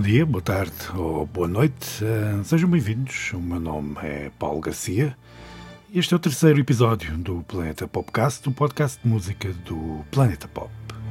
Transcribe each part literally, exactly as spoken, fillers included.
dia, boa tarde ou boa noite, uh, sejam bem-vindos. O meu nome é Paulo Garcia e este é o terceiro episódio do Planeta Popcast, o podcast de música do Planeta Pop.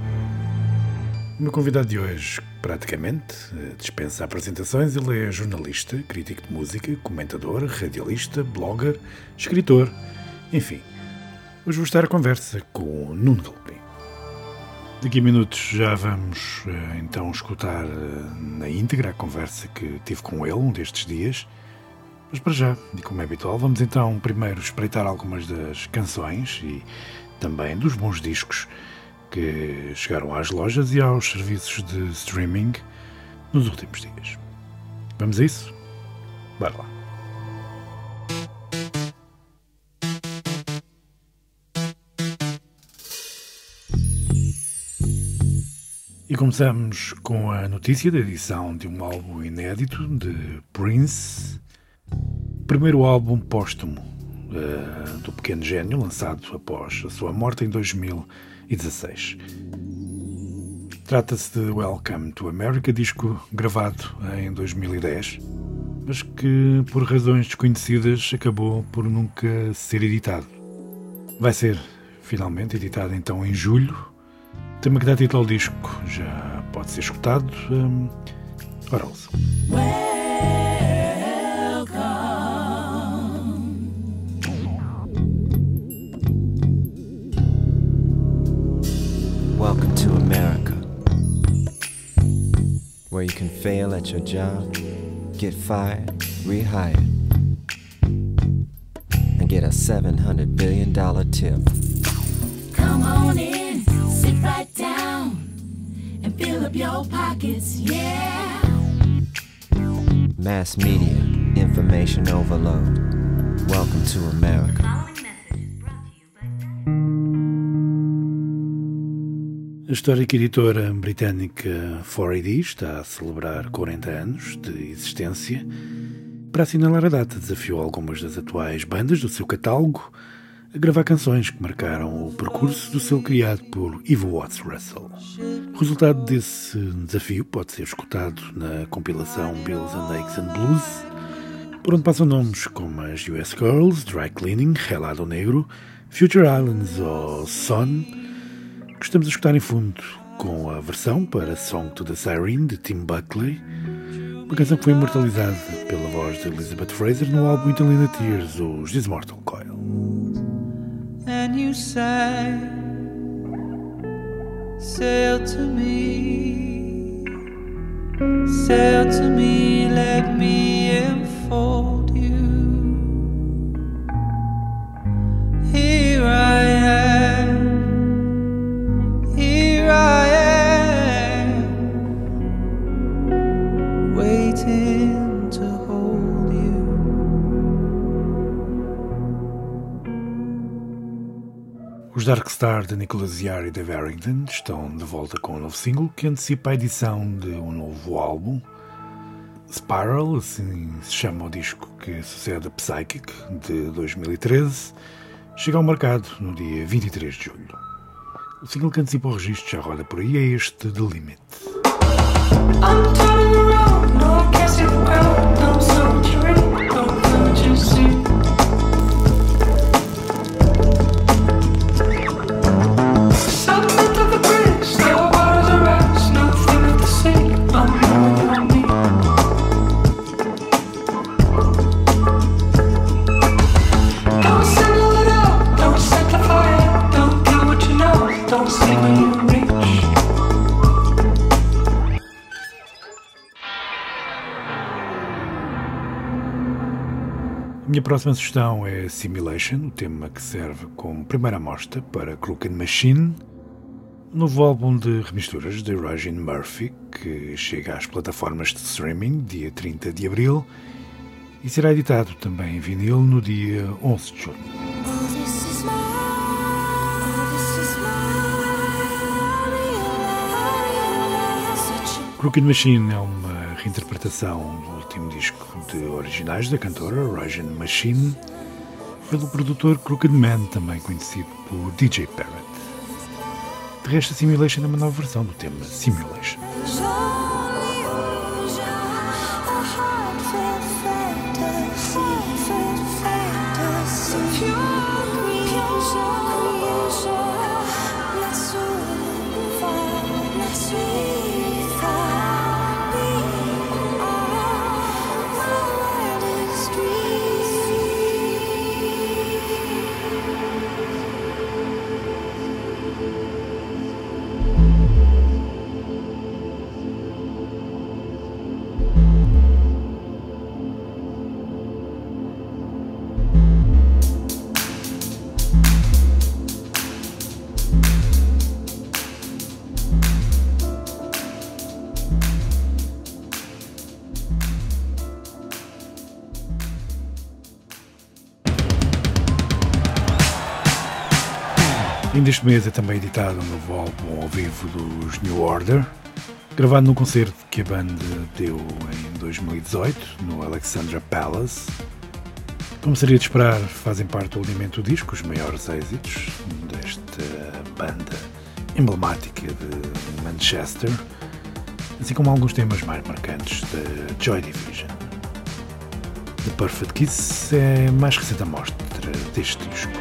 O meu convidado de hoje, praticamente, dispensa apresentações. Ele é jornalista, crítico de música, comentador, radialista, blogger, escritor, enfim. Hoje vou estar à conversa com o Nuno Galpim. Daqui a minutos já vamos então escutar na íntegra a conversa que tive com ele um destes dias. Mas para já, e como é habitual, vamos então primeiro espreitar algumas das canções e também dos bons discos que chegaram às lojas e aos serviços de streaming nos últimos dias. Vamos a isso? Bora lá. E começamos com a notícia da edição de um álbum inédito de Prince, primeiro álbum póstumo uh, do pequeno gênio, lançado após a sua morte em dois mil e dezasseis. Trata-se de Welcome to America, disco gravado em dois mil e dez, mas que por razões desconhecidas acabou por nunca ser editado. Vai ser finalmente editado então em julho. O tema que dá título ao disco já pode ser escutado. Um, ora, ouça. Welcome to America, where you can fail at your job, get fired, rehired, and get a seven hundred billion dollars tip. Come on in, sit right down, and fill up your pockets, yeah. Mass media, information overload. Welcome to America. A histórica editora britânica quatro A D está a celebrar quarenta anos de existência. Para assinalar a data, desafiou algumas das atuais bandas do seu catálogo a gravar canções que marcaram o percurso do selo criado por Eva Watts Russell. O resultado desse desafio pode ser escutado na compilação Bills and Aches and Blues, por onde passam nomes como as U S Girls, Dry Cleaning, Relado Negro, Future Islands ou Son, que estamos a escutar em fundo com a versão para Song to the Siren de Tim Buckley, uma canção que foi imortalizada pela voz de Elizabeth Fraser no álbum Italian Tears, os This Mortal Coil. And you say, sail to me, sail to me, let me enfold you. Here I am, here I am, waiting to hold you. Os Dark Star de Nicholas Yar e Dave Arrington estão de volta com um novo single que antecipa a edição de um novo álbum. Spiral, assim se chama o disco que sucede a Psychic, de dois mil e treze, chega ao mercado no dia vinte e três de julho. O single que antecipa o registro, já roda por aí, é este The Limit. I'm turning around, no I can't see the ground, no surgery, no emergency. Settlement of the bridge, still waters are rest, no fear of the sea, I'm moving on me. Don't signal it out, don't set the fire, don't do what you know, don't see when you reach. A minha próxima sugestão é Simulation, o tema que serve como primeira amostra para Crooked Machine, um novo álbum de remisturas de Roisin Murphy, que chega às plataformas de streaming dia trinta de abril e será editado também em vinil no dia onze de junho. Crooked Machine é uma reinterpretação do último disco de originais da cantora Roisin Machine pelo produtor Crooked Man, também conhecido por D J Parrott. De resto, a Simulation é uma nova versão do tema Simulation. Ainda este mês é também editado um novo álbum ao vivo dos New Order, gravado num concerto que a banda deu em dois mil e dezoito, no Alexandra Palace. Como seria de esperar, fazem parte do alimento do disco os maiores êxitos desta banda emblemática de Manchester, assim como alguns temas mais marcantes da Joy Division. The Perfect Kiss é a mais recente amostra deste disco.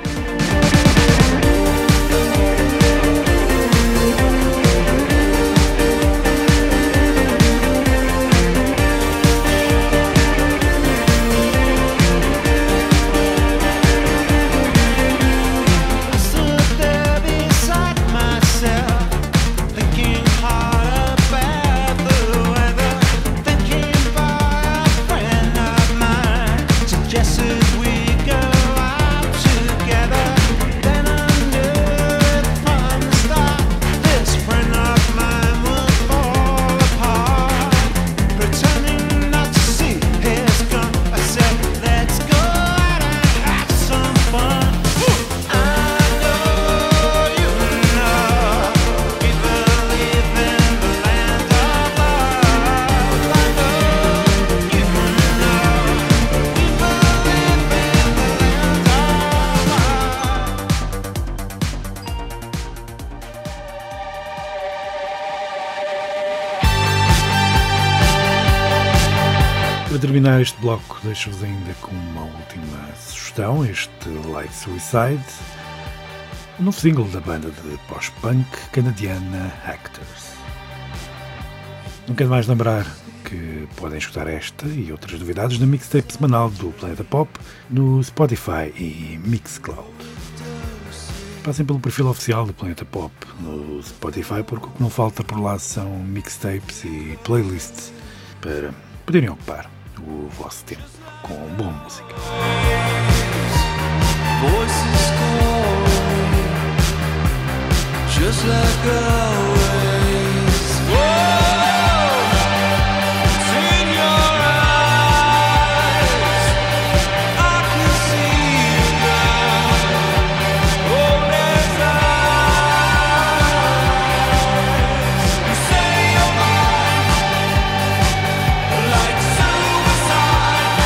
Para terminar este bloco, deixo-vos ainda com uma última sugestão, este Like Suicide, o novo single da banda de post-punk canadiana Actors. Não quero mais lembrar que podem escutar esta e outras novidades na mixtape semanal do Planeta Pop no Spotify e Mixcloud. Passem pelo perfil oficial do Planeta Pop no Spotify, porque o que não falta por lá são mixtapes e playlists para poderem ocupar o vosso tempo com boa música. Voices calling, just like always. Whoa, it's in your eyes. I can see you now. Oh, there's eyes. You say you're mine, like suicide.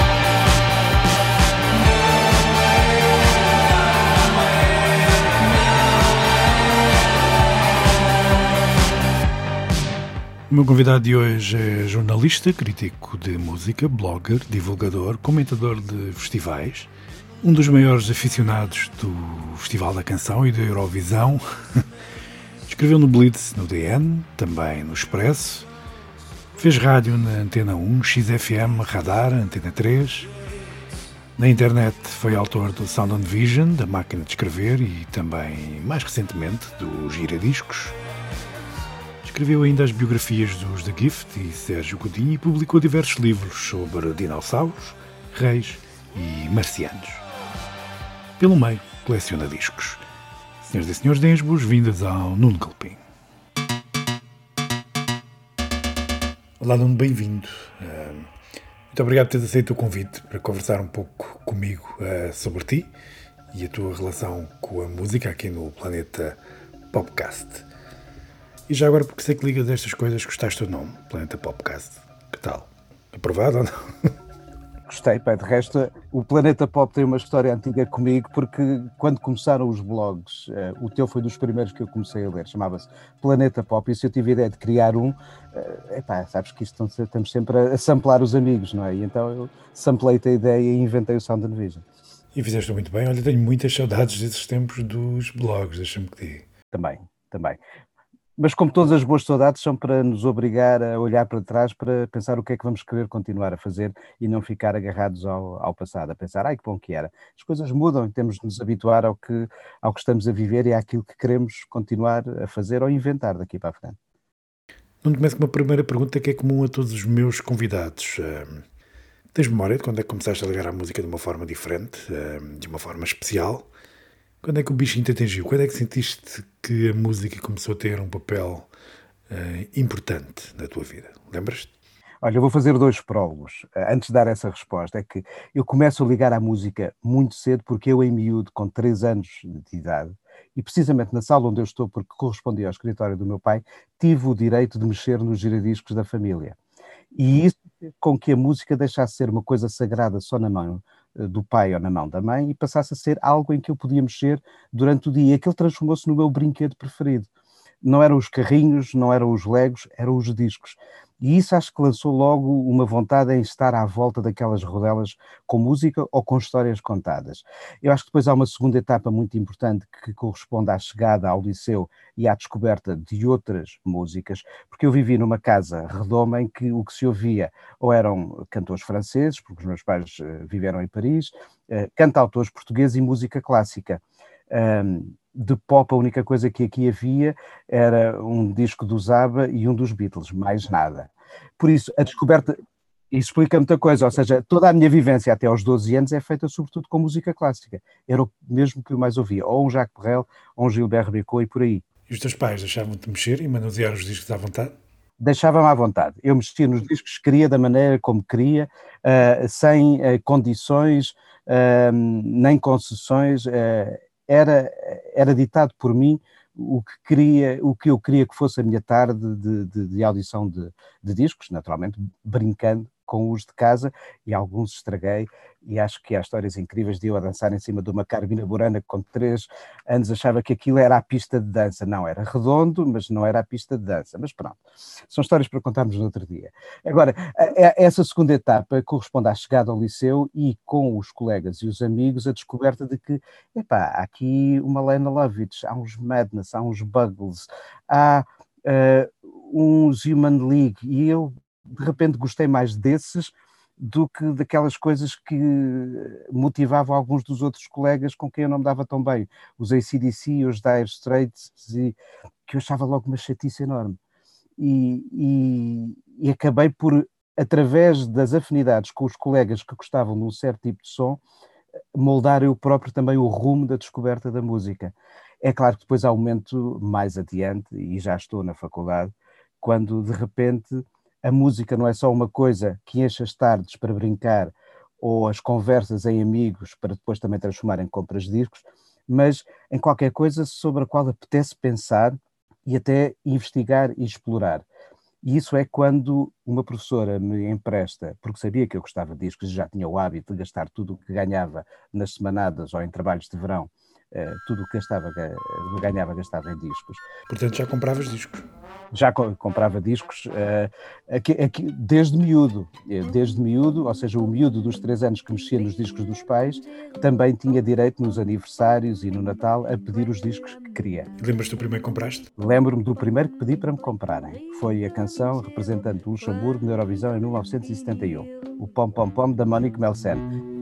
O meu convidado de hoje é jornalista, crítico de música, blogger, divulgador, comentador de festivais, um dos maiores aficionados do Festival da Canção e da Eurovisão. Escreveu no Blitz, no D N, também no Expresso. Fez rádio na Antena um, X F M, Radar, Antena três. Na internet foi autor do Sound on Vision, da Máquina de Escrever e também, mais recentemente, do Giradiscos. Escreveu ainda as biografias dos The Gift e Sérgio Godinho e publicou diversos livros sobre dinossauros, reis e marcianos. Pelo meio, coleciona discos. Senhoras e senhores, deem as boas-vindas ao Nuno Galpim. Olá, Nuno, bem-vindo. Uh, muito obrigado por teres aceito o convite para conversar um pouco comigo uh, sobre ti e a tua relação com a música aqui no Planeta Popcast. E já agora, porque sei que ligas estas coisas, gostaste do nome, Planeta Popcast. Que tal? Aprovado ou não? Gostei, pá, de resto, o Planeta Pop tem uma história antiga comigo, porque quando começaram os blogs, uh, o teu foi dos primeiros que eu comecei a ler, chamava-se Planeta Pop, e se eu tive a ideia de criar um, uh, epá, sabes que isto estamos sempre a, a samplar os amigos, não é? E então eu samplei-te a ideia e inventei o Sound and Vision. E fizeste muito bem. Olha, tenho muitas saudades desses tempos dos blogs, deixa-me que diga. Também, também. Mas como todas as boas saudades são para nos obrigar a olhar para trás, para pensar o que é que vamos querer continuar a fazer e não ficar agarrados ao, ao passado, a pensar, ai que bom que era. As coisas mudam e temos de nos habituar ao que, ao que estamos a viver e àquilo que queremos continuar a fazer ou inventar daqui para a frente. Não começo com uma primeira pergunta que é comum a todos os meus convidados. Uh, tens memória de quando é que começaste a ligar à música de uma forma diferente, uh, de uma forma especial? Quando é que o bichinho te atingiu? Quando é que sentiste que a música começou a ter um papel uh, importante na tua vida? Lembras-te? Olha, eu vou fazer dois prólogos. Antes de dar essa resposta, é que eu começo a ligar à música muito cedo, porque eu, em miúdo, com três anos de idade, E precisamente na sala onde eu estou, porque correspondia ao escritório do meu pai, tive o direito de mexer nos giradiscos da família. E isso fez com que a música deixasse de ser uma coisa sagrada só na mão eh, do pai ou na mão da mãe e passasse a ser algo em que eu podia mexer durante o dia. Aquilo transformou-se no meu brinquedo preferido. Não eram os carrinhos, não eram os legos, eram os discos. E isso acho que lançou logo uma vontade em estar à volta daquelas rodelas com música ou com histórias contadas. Eu acho que depois há uma segunda etapa muito importante que corresponde à chegada ao liceu e à descoberta de outras músicas, porque eu vivi numa casa redoma em que o que se ouvia ou eram cantores franceses, porque os meus pais eh, viveram em Paris, eh, cantautores portugueses e música clássica. Um, de pop, a única coisa que aqui havia era um disco do ABBA e um dos Beatles, mais nada. Por isso, a descoberta, isso explica muita coisa, ou seja, toda a minha vivência até aos doze anos é feita sobretudo com música clássica. Era o mesmo que eu mais ouvia, ou um Jacques Brel, ou um Gilbert Bécaud e por aí. E os teus pais deixavam-te mexer e manusear os discos à vontade? Deixava-me à vontade. Eu mexia nos discos, queria da maneira como queria, uh, sem uh, condições, uh, nem concessões. Uh, Era, era ditado por mim o que, queria, o que eu queria que fosse a minha tarde de, de, de audição de, de discos, naturalmente brincando com os de casa, e alguns estraguei, e acho que há histórias incríveis de eu a dançar em cima de uma Carmina Burana que com três anos achava que aquilo era a pista de dança. Não, era redondo, mas não era a pista de dança. Mas pronto, são histórias para contarmos no outro dia. Agora, essa segunda etapa corresponde à chegada ao liceu e com os colegas e os amigos a descoberta de que, epá, há aqui uma Lena Lovitch, há uns Madness, há uns Buggles, há uh, uns Human League, e eu de repente gostei mais desses do que daquelas coisas que motivavam alguns dos outros colegas com quem eu não me dava tão bem. Os A C/D C, os Dire Straits, e, que eu achava logo uma chatice enorme. E, e, e acabei por, através das afinidades com os colegas que gostavam de um certo tipo de som, moldar eu próprio também o rumo da descoberta da música. É claro que depois há um momento mais adiante, e já estou na faculdade, quando de repente a música não é só uma coisa que enche as tardes para brincar ou as conversas em amigos para depois também transformar em compras de discos, mas em qualquer coisa sobre a qual apetece pensar e até investigar e explorar. E isso é quando uma professora me empresta, porque sabia que eu gostava de discos e já tinha o hábito de gastar tudo o que ganhava nas semanadas ou em trabalhos de verão, tudo o que gastava, ganhava gastava em discos. Portanto, já compravas discos? Já comprava discos uh, aqui, aqui, desde miúdo, desde miúdo, ou seja, o miúdo dos três anos que mexia nos discos dos pais, também tinha direito nos aniversários e no Natal a pedir os discos que queria. Lembras-te do primeiro que compraste? Lembro-me do primeiro que pedi para me comprarem. Foi a canção representante do Luxemburgo na Eurovisão em mil novecentos e setenta e um, o Pom Pom Pom da Monique Melsen.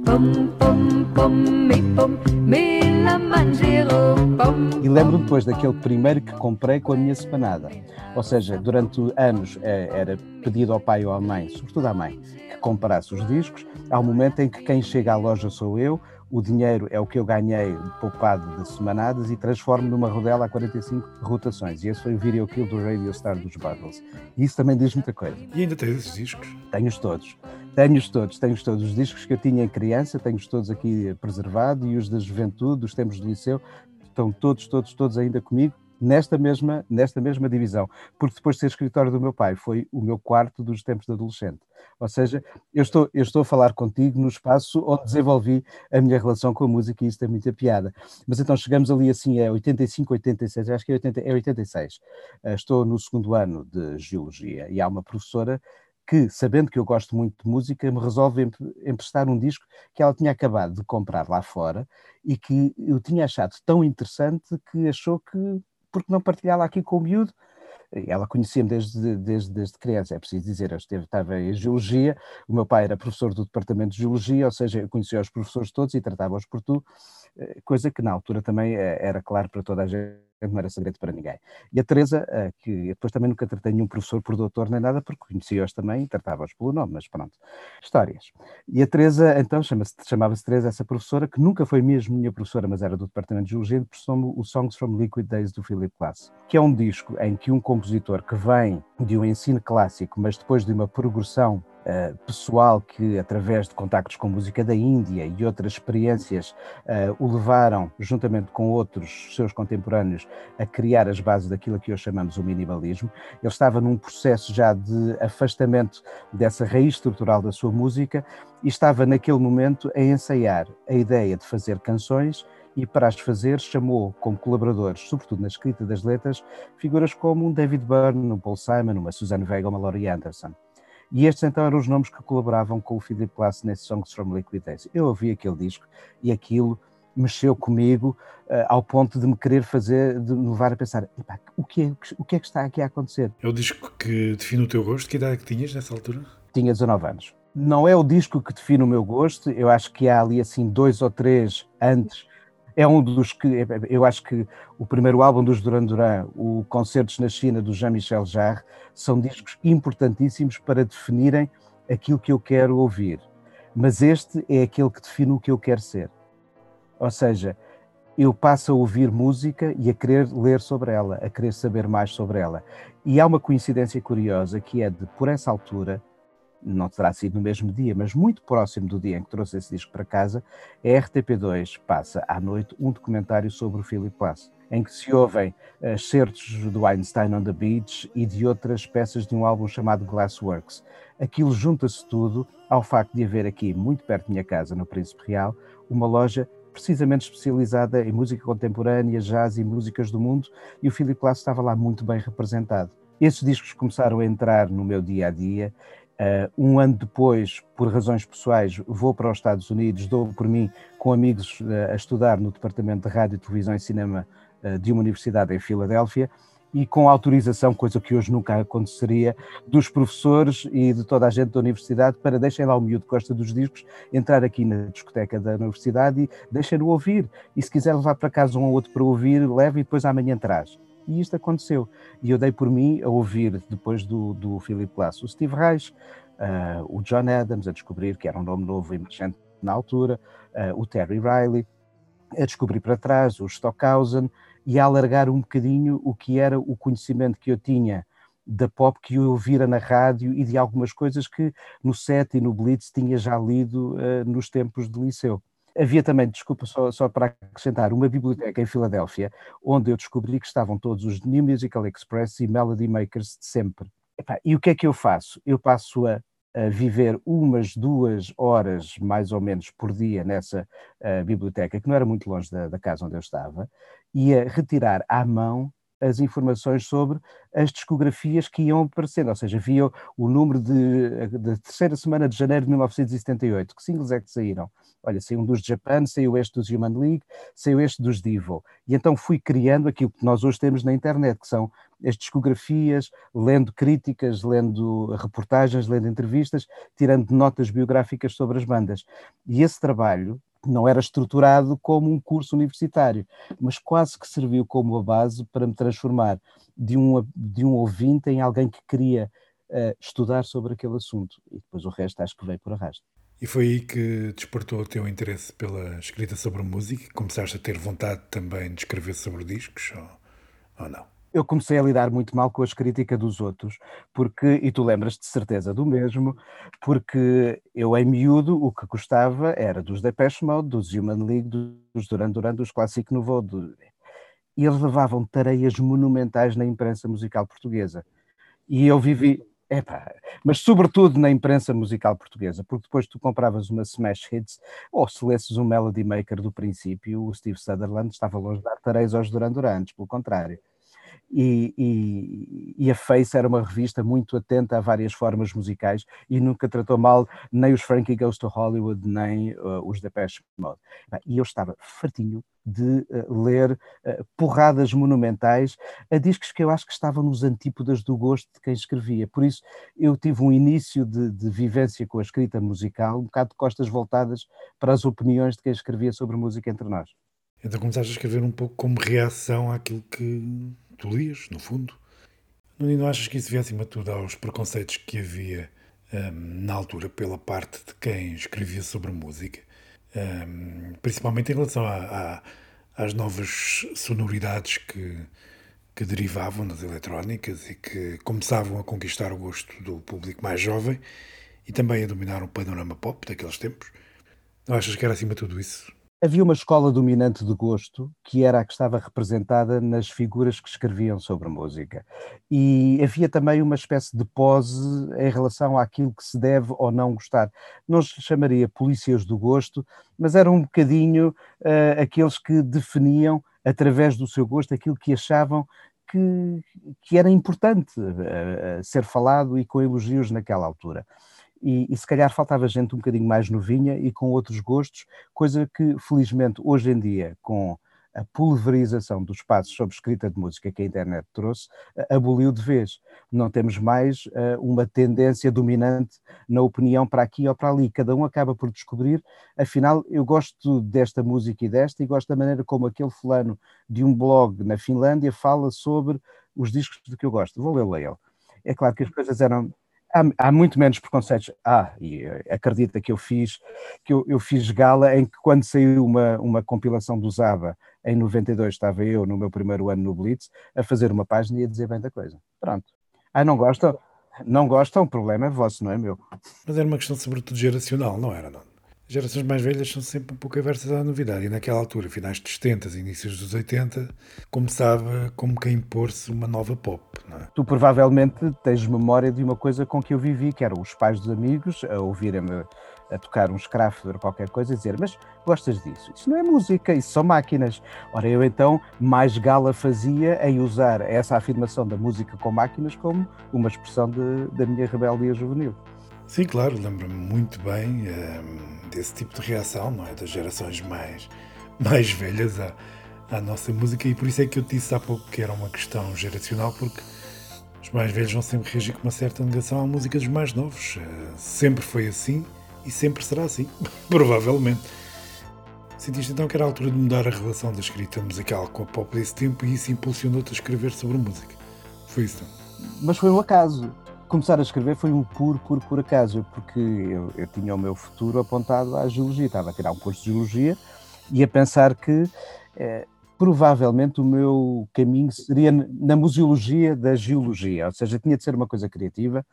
E lembro-me depois daquele primeiro que comprei com a minha semanada. Ou seja, durante anos era pedido ao pai ou à mãe, sobretudo à mãe, que comprasse os discos. Há um momento em que quem chega à loja sou eu, o dinheiro é o que eu ganhei poupado de semanadas e transformo numa rodela a quarenta e cinco rotações. E esse foi o Video Kill do Radio Star dos Buggles. E isso também diz muita coisa. E ainda tens esses discos? Tenho-os todos. Tenho-os todos. Tenho-os todos. Os discos que eu tinha em criança, tenho-os todos aqui preservados, e os da juventude, dos tempos do liceu, estão todos, todos, todos ainda comigo. Nesta mesma, nesta mesma divisão, porque depois de ser escritório do meu pai, foi o meu quarto dos tempos de adolescente. Ou seja, eu estou, eu estou a falar contigo no espaço onde desenvolvi a minha relação com a música, e isso tem muita piada. Mas então chegamos ali assim a oitenta e cinco, oitenta e seis, acho que é, oitenta, é oitenta e seis. Estou no segundo ano de Geologia e há uma professora que, sabendo que eu gosto muito de música, me resolve emprestar um disco que ela tinha acabado de comprar lá fora e que eu tinha achado tão interessante que achou que porque não partilhá-la aqui com o miúdo. Ela conhecia-me desde, desde, desde criança, é preciso dizer, eu esteve, estava em Geologia, o meu pai era professor do Departamento de Geologia, ou seja, eu conhecia os professores todos e tratava-os por tu, coisa que na altura também era claro para toda a gente, não era segredo para ninguém. E a Teresa, que depois também nunca tratei nenhum professor por doutor nem nada, porque conhecia-os também e tratava-os pelo nome, mas pronto, histórias. E a Teresa, então, chama-se, chamava-se Teresa, essa professora, que nunca foi mesmo minha professora, mas era do Departamento de Geologia, emprestou-me o Songs from Liquid Days do Philip Glass, que é um disco em que um compositor que vem de um ensino clássico, mas depois de uma progressão uh, pessoal que, através de contactos com música da Índia e outras experiências, uh, o levaram, juntamente com outros seus contemporâneos, a criar as bases daquilo que hoje chamamos o minimalismo. Ele estava num processo já de afastamento dessa raiz estrutural da sua música e estava, naquele momento, a ensaiar a ideia de fazer canções, e para as fazer chamou como colaboradores, sobretudo na escrita das letras, figuras como um David Byrne, um Paul Simon, uma Suzanne Vega, uma Laurie Anderson. E estes então eram os nomes que colaboravam com o Philip Glass nesse Songs from Liquid Daisy. Eu ouvi aquele disco e aquilo mexeu comigo uh, ao ponto de me querer fazer, de me levar a pensar, o que, é, o que é que está aqui a acontecer? É o disco que define o teu gosto? Que idade é que tinhas nessa altura? Tinha dezanove anos. Não é o disco que define o meu gosto, eu acho que há ali assim dois ou três antes. É um dos que, eu acho que o primeiro álbum dos Duran Duran, o Concertos na China, do Jean-Michel Jarre, são discos importantíssimos para definirem aquilo que eu quero ouvir. Mas este é aquele que define o que eu quero ser. Ou seja, eu passo a ouvir música e a querer ler sobre ela, a querer saber mais sobre ela. E há uma coincidência curiosa que é de, por essa altura, não terá sido no mesmo dia, mas muito próximo do dia em que trouxe esse disco para casa, a R T P dois passa à noite um documentário sobre o Philip Glass, em que se ouvem excertos do Einstein on the Beach e de outras peças de um álbum chamado Glassworks. Aquilo junta-se tudo ao facto de haver aqui, muito perto da minha casa, no Príncipe Real, uma loja precisamente especializada em música contemporânea, jazz e músicas do mundo, e o Philip Glass estava lá muito bem representado. Esses discos começaram a entrar no meu dia-a-dia. Uh, um ano depois, por razões pessoais, vou para os Estados Unidos, dou por mim com amigos uh, a estudar no Departamento de Rádio, Televisão e Cinema uh, de uma universidade em Filadélfia, e com autorização, coisa que hoje nunca aconteceria, dos professores e de toda a gente da universidade, para deixem lá o miúdo que gosta dos discos, entrar aqui na discoteca da universidade e deixem-no ouvir. E se quiser levar para casa um ou outro para ouvir, leve e depois amanhã traz. E isto aconteceu. E eu dei por mim a ouvir, depois do, do Philip Glass, o Steve Reich, uh, o John Adams, a descobrir que era um nome novo e emergente na altura, uh, o Terry Riley, a descobrir para trás o Stockhausen, e a alargar um bocadinho o que era o conhecimento que eu tinha da pop, que eu ouvira na rádio, e de algumas coisas que no set e no Blitz tinha já lido uh, nos tempos de liceu. Havia também, desculpa, só, só para acrescentar, uma biblioteca em Filadélfia, onde eu descobri que estavam todos os New Musical Express e Melody Makers de sempre. Epá, e o que é que eu faço? Eu passo a, a viver umas duas horas, mais ou menos, por dia nessa uh, biblioteca, que não era muito longe da, da casa onde eu estava, e a retirar à mão as informações sobre as discografias que iam aparecendo, ou seja, havia o número de, da terceira semana de janeiro de mil novecentos e setenta e oito, que singles é que saíram? Olha, saiu um dos Japan, saiu este dos Human League, saiu este dos Devo, e então fui criando aquilo que nós hoje temos na internet, que são as discografias, lendo críticas, lendo reportagens, lendo entrevistas, tirando notas biográficas sobre as bandas, e esse trabalho não era estruturado como um curso universitário, mas quase que serviu como a base para me transformar de um, de um ouvinte em alguém que queria uh, estudar sobre aquele assunto. E depois o resto acho que veio por arrasto. E foi aí que despertou o teu interesse pela escrita sobre música? Começaste a ter vontade também de escrever sobre discos, ou, ou não? Eu comecei a lidar muito mal com a crítica dos outros, porque, e tu lembras de certeza do mesmo, porque eu em miúdo o que gostava era dos Depeche Mode, dos Human League, dos Duran Duran, dos Classic Nouveau, do... e eles levavam tareias monumentais na imprensa musical portuguesa. E eu vivi, epá, mas sobretudo na imprensa musical portuguesa, porque depois tu compravas uma Smash Hits, ou se lesses um Melody Maker do princípio, o Steve Sutherland estava longe de dar tareias aos Duran Duran, antes, pelo contrário. E, e, e a Face era uma revista muito atenta a várias formas musicais e nunca tratou mal nem os Frankie Goes to Hollywood, nem uh, os Depeche Mode. E eu estava fartinho de uh, ler uh, porradas monumentais a discos que eu acho que estavam nos antípodas do gosto de quem escrevia. Por isso eu tive um início de, de vivência com a escrita musical, um bocado de costas voltadas para as opiniões de quem escrevia sobre música entre nós. Então começaste a escrever um pouco como reação àquilo que tu lias, no fundo. Não achas que isso via acima de tudo aos preconceitos que havia um, na altura pela parte de quem escrevia sobre música? Um, principalmente em relação a, a, às novas sonoridades que, que derivavam das eletrónicas e que começavam a conquistar o gosto do público mais jovem, e também a dominar o panorama pop daqueles tempos. Não achas que era acima de tudo isso? Havia uma escola dominante de gosto que era a que estava representada nas figuras que escreviam sobre música. E havia também uma espécie de pose em relação àquilo que se deve ou não gostar. Não se chamaria polícias do gosto, mas eram um bocadinho uh, aqueles que definiam, através do seu gosto, aquilo que achavam que, que era importante uh, ser falado e com elogios naquela altura. E, e se calhar faltava gente um bocadinho mais novinha e com outros gostos, coisa que felizmente hoje em dia, com a pulverização dos espaços sobre escrita de música que a internet trouxe, aboliu de vez. Não temos mais uh, uma tendência dominante na opinião para aqui ou para ali. Cada um acaba por descobrir, afinal, eu gosto desta música e desta, e gosto da maneira como aquele fulano de um blog na Finlândia fala sobre os discos de que eu gosto. Vou lê-lo a ele. É claro que as coisas eram... Há, há muito menos preconceitos. Ah, e acredita que eu fiz, que eu, eu fiz gala em que, quando saiu uma, uma compilação do Zaba, em noventa e dois, estava eu, no meu primeiro ano no Blitz, a fazer uma página e a dizer bem da coisa. Pronto. Ah, não gostam? Não gostam? O problema é vosso, não é meu. Mas era uma questão sobretudo geracional, não era, não? As gerações mais velhas são sempre um pouco aversas à novidade, e naquela altura, finais dos setenta, inícios dos oitenta, começava como que a impor-se uma nova pop, não é? Tu provavelmente tens memória de uma coisa com que eu vivi, que eram os pais dos amigos a ouvirem-me a tocar um Scrafter ou qualquer coisa e dizer: mas gostas disso? Isso não é música, isso são máquinas. Ora, eu então mais gala fazia em usar essa afirmação da música com máquinas como uma expressão de, da minha rebeldia juvenil. Sim, claro, lembro-me muito bem um, desse tipo de reação, não é? Das gerações mais, mais velhas à, à nossa música, e por isso é que eu te disse há pouco que era uma questão geracional, porque os mais velhos vão sempre reagir com uma certa negação à música dos mais novos. Uh, sempre foi assim e sempre será assim, provavelmente. Sentiste então que era a altura de mudar a relação da escrita musical com a pop desse tempo, e isso impulsionou-te a escrever sobre música. Foi isso, não? Mas foi um acaso. Começar a escrever foi um puro, puro, por acaso, porque eu, eu tinha o meu futuro apontado à geologia, estava a tirar um curso de geologia e a pensar que eh, provavelmente o meu caminho seria na museologia da geologia, ou seja, tinha de ser uma coisa criativa,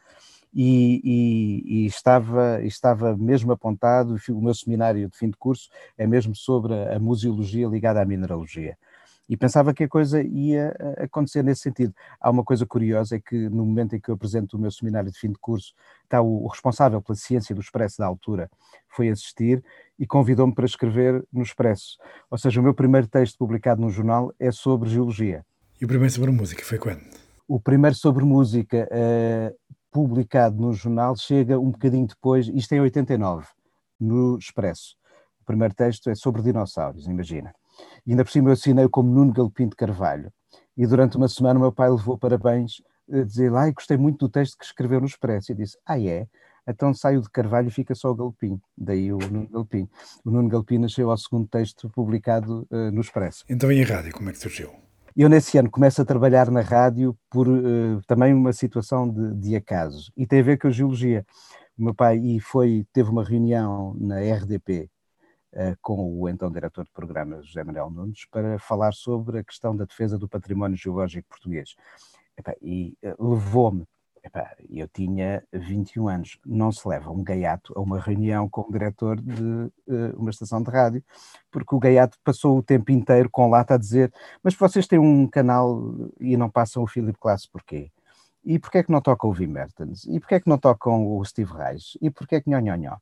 e, e, e estava, estava mesmo apontado. O meu seminário de fim de curso é mesmo sobre a museologia ligada à mineralogia. E pensava que a coisa ia acontecer nesse sentido. Há uma coisa curiosa, é que no momento em que eu apresento o meu seminário de fim de curso, está o, o responsável pela ciência do Expresso da altura, foi assistir e convidou-me para escrever no Expresso. Ou seja, o meu primeiro texto publicado no jornal é sobre geologia. E o primeiro sobre música foi quando? O primeiro sobre música uh, publicado no jornal chega um bocadinho depois, isto é em oitenta e nove, no Expresso. O primeiro texto é sobre dinossauros, imagina. E ainda por cima eu assinei como Nuno Galopim de Carvalho. E durante uma semana o meu pai levou parabéns, a dizer: ai, gostei muito do texto que escreveu no Expresso. E disse: ah, é? Então saio de Carvalho e fica só o Galopim. Daí o Nuno Galopim. O Nuno Galopim nasceu ao segundo texto publicado uh, no Expresso. Então, e a rádio, como é que surgiu? Eu nesse ano começo a trabalhar na rádio por uh, também uma situação de, de acaso. E tem a ver com a geologia. O meu pai e foi, teve uma reunião na R D P, Uh, com o então diretor de programa, José Manuel Nunes, para falar sobre a questão da defesa do património geológico português. Epá, e uh, levou-me, epá, eu tinha vinte e um anos, não se leva um gaiato a uma reunião com o diretor de uh, uma estação de rádio, porque o gaiato passou o tempo inteiro com lata a dizer: mas vocês têm um canal e não passam o Philip Glass, porquê? E porquê é que não tocam o Wim Mertens? E porquê é que não tocam o Steve Reich? E porquê é que nhó, nhó, nhó?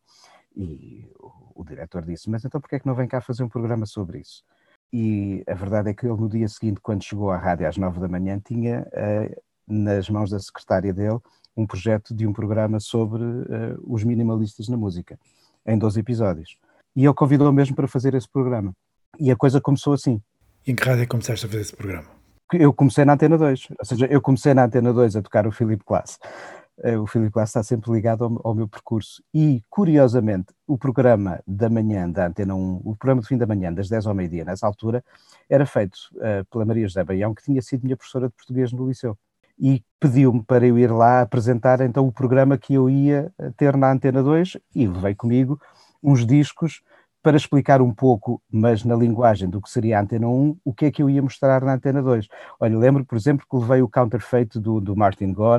E o, o diretor disse: mas então porquê é que não vem cá fazer um programa sobre isso? E a verdade é que ele, no dia seguinte, quando chegou à rádio às nove da manhã, tinha uh, nas mãos da secretária dele um projeto de um programa sobre uh, os minimalistas na música, em doze episódios. E ele convidou-me mesmo para fazer esse programa. E a coisa começou assim. Em que rádio é que começaste a fazer esse programa? Eu comecei na Antena dois, ou seja, eu comecei na Antena dois a tocar o Philip Glass. O Philip Glass está sempre ligado ao, ao meu percurso. E, curiosamente, o programa da manhã da Antena um, o programa de fim da manhã, das dez ao meio-dia, nessa altura, era feito uh, pela Maria José Baião, que tinha sido minha professora de português no liceu. E pediu-me para eu ir lá apresentar então o programa que eu ia ter na Antena dois, e levei comigo uns discos para explicar um pouco, mas na linguagem do que seria a Antena um, o que é que eu ia mostrar na Antena dois. Olha, lembro, por exemplo, que levei o Counterfeit do, do Martin Gore,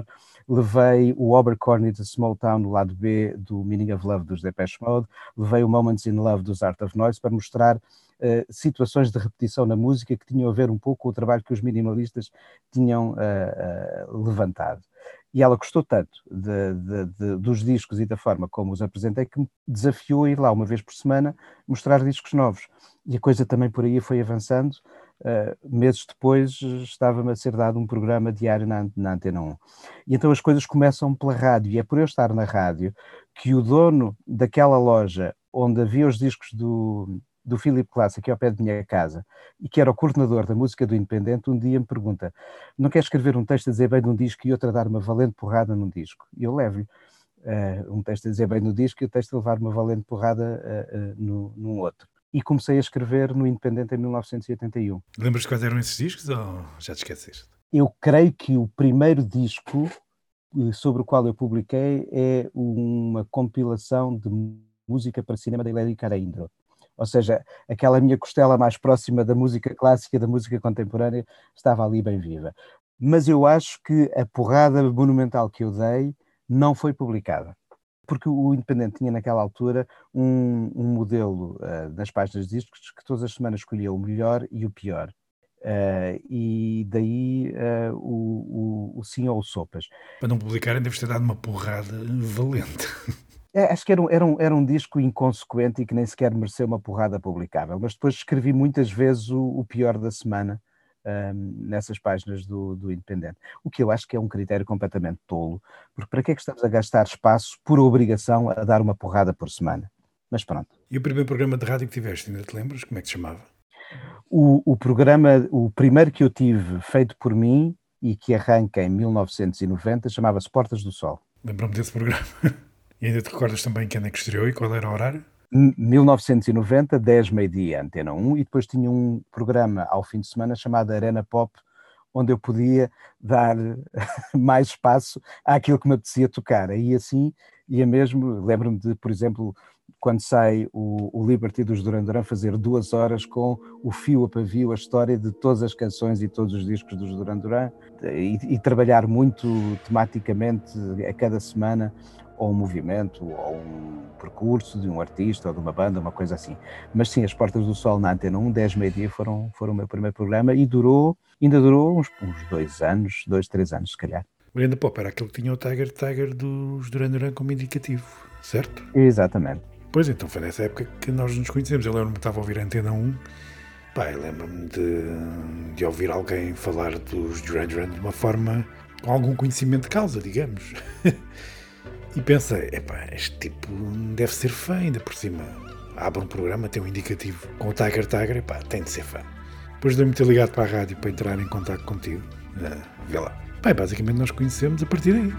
levei o Abercorn The Small Town do lado B do Meaning of Love dos Depeche Mode, levei o Moments in Love dos Art of Noise para mostrar uh, situações de repetição na música que tinham a ver um pouco com o trabalho que os minimalistas tinham uh, uh, levantado. E ela gostou tanto de, de, de, dos discos e da forma como os apresentei que me desafiou a ir lá uma vez por semana mostrar discos novos. E a coisa também por aí foi avançando. Uh, meses depois estava-me a ser dado um programa diário na, na Antena um. E então as coisas começam pela rádio. E é por eu estar na rádio que o dono daquela loja onde havia os discos do... do Philip Glass, aqui ao pé de minha casa, e que era o coordenador da música do Independente, um dia me pergunta: não quer escrever um texto a dizer bem de um disco e outro a dar uma valente porrada num disco? E eu levo-lhe uh, um texto a dizer bem no disco e o texto a levar uma valente porrada uh, uh, no, num outro. E comecei a escrever no Independente em mil novecentos e oitenta e um. Lembras quais eram esses discos ou já te esqueceste? Eu creio que o primeiro disco sobre o qual eu publiquei é uma compilação de música para cinema da Lady Caraindro. Ou seja, aquela minha costela mais próxima da música clássica, da música contemporânea, estava ali bem viva. Mas eu acho que a porrada monumental que eu dei não foi publicada. Porque o Independente tinha naquela altura um, um modelo uh, das páginas de discos que todas as semanas escolhia o melhor e o pior. Uh, e daí uh, o, o, o sim ou o sopas. Para não publicarem, deves ter dado uma porrada valente. É, acho que era um, era, um, era um disco inconsequente e que nem sequer mereceu uma porrada publicável, mas depois escrevi muitas vezes o, o pior da semana um, nessas páginas do, do Independente, o que eu acho que é um critério completamente tolo, porque para que é que estamos a gastar espaço por obrigação a dar uma porrada por semana? Mas pronto. E o primeiro programa de rádio que tiveste, ainda te lembras? Como é que se chamava? O, o programa, o primeiro que eu tive feito por mim e que arranca em mil novecentos e noventa, chamava-se Portas do Sol. Lembro-me desse programa. E ainda te recordas também quem é que estreou e qual era o horário? mil novecentos e noventa, dez, meio-dia, Antena um, e depois tinha um programa ao fim de semana chamado Arena Pop, onde eu podia dar mais espaço àquilo que me apetecia tocar. Aí assim, ia mesmo, lembro-me de, por exemplo, quando sai o, o Liberty dos Duran Duran, fazer duas horas com o fio a pavio, a história de todas as canções e todos os discos dos Duran Duran, e, e trabalhar muito tematicamente a cada semana, ou um movimento, ou um percurso de um artista, ou de uma banda, uma coisa assim. Mas sim, as Portas do Sol na Antena um, dez, meio-dia, foram, foram o meu primeiro programa e durou, ainda durou uns, uns dois anos, dois, três anos, se calhar. O Arena Pop era aquele que tinha o Tiger Tiger dos Duran Duran como indicativo, certo? Exatamente. Pois então, foi nessa época que nós nos conhecemos. Eu lembro-me que estava a ouvir a Antena um. Pá, eu lembro-me de, de ouvir alguém falar dos Duran Duran de uma forma, com algum conhecimento de causa, digamos. E pensei, epá, este tipo deve ser fã, ainda por cima. Abre um programa, tem um indicativo com o Tiger Tiger, epá, tem de ser fã. Depois de eu me ter ligado para a rádio para entrar em contato contigo, uh, vê lá. Pá, basicamente nós conhecemos a partir daí.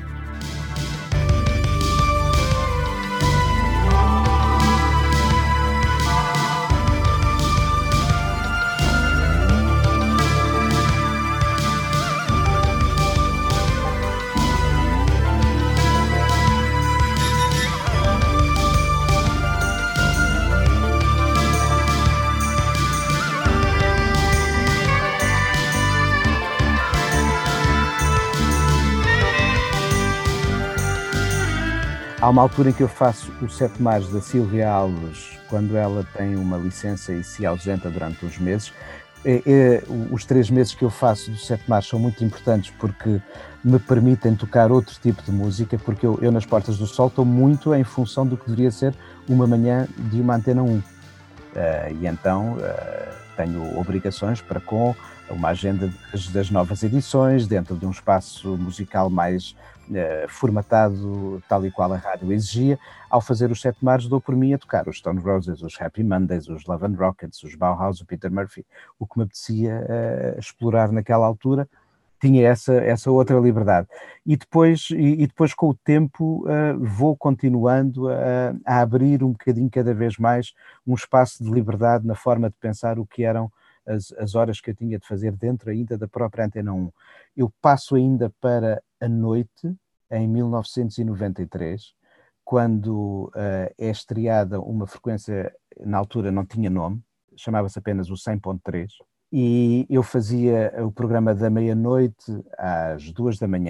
Há uma altura em que eu faço os Sete Mares da Sílvia Alves, quando ela tem uma licença e se ausenta durante uns meses. É, é, os três meses que eu faço dos Sete Mares são muito importantes porque me permitem tocar outro tipo de música, porque eu, eu nas Portas do Sol estou muito em função do que deveria ser uma manhã de uma Antena um. Uh, e então uh, tenho obrigações para com uma agenda das, das novas edições, dentro de um espaço musical mais Uh, formatado tal e qual a rádio exigia. Ao fazer os Sete Mares, dou por mim a tocar os Stone Roses, os Happy Mondays, os Love and Rockets, os Bauhaus, o Peter Murphy, o que me apetecia uh, explorar naquela altura. Tinha essa, essa outra liberdade. E depois, e, e depois com o tempo, uh, vou continuando a, a abrir um bocadinho cada vez mais um espaço de liberdade na forma de pensar o que eram as, as horas que eu tinha de fazer dentro ainda da própria Antena um. Eu passo ainda para a noite, em mil novecentos e noventa e três, quando uh, é estreada uma frequência, na altura não tinha nome, chamava-se apenas o cem ponto três, e eu fazia o programa da meia-noite às duas da manhã,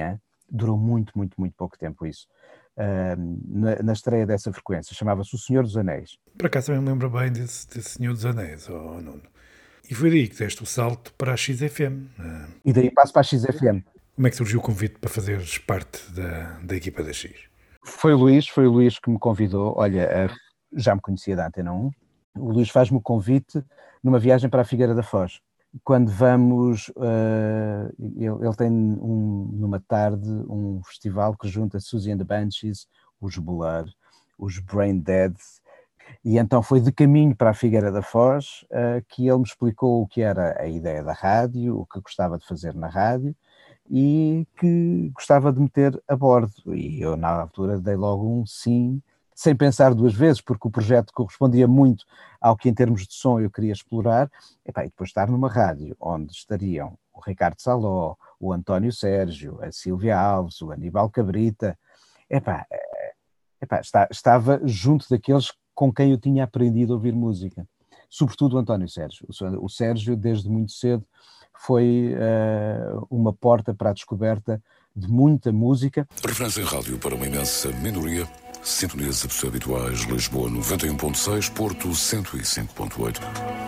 Durou muito, muito, muito pouco tempo isso. Uh, na, na estreia dessa frequência, chamava-se O Senhor dos Anéis. Por acaso também me lembro bem desse, desse Senhor dos Anéis, oh, Nuno. E foi daí que deste o salto para a X F M. Ah, E daí passo para a X F M. como é que surgiu o convite para fazeres parte da, da equipa da X? Foi o Luís, foi o Luís que me convidou. Olha, eh, já me conhecia da Antena um. O Luís faz-me o convite numa viagem para a Figueira da Foz. Quando vamos, eh, ele, ele tem um- numa tarde um festival que junta Suzy and the Banshees, os Blur, os Brain Dead, e então foi de caminho para a Figueira da Foz eh, que ele me explicou o que era a ideia da rádio, o que gostava de fazer na rádio e que gostava de me ter a bordo. E eu, na altura, dei logo um sim, sem pensar duas vezes, porque o projeto correspondia muito ao que, em termos de som, eu queria explorar. Epá, e depois estar numa rádio onde estariam o Ricardo Saló, o António Sérgio, a Sílvia Alves, o Aníbal Cabrita. Epá, eh, epá, está- estava junto daqueles com quem eu tinha aprendido a ouvir música. Sobretudo o António Sérgio. O Sérgio- O Sérgio, desde muito cedo, foi eh, uma porta para a descoberta de muita música. Referência em rádio para uma imensa minoria. Sintonias habituais: Lisboa noventa e um ponto seis, Porto cento e cinco ponto oito.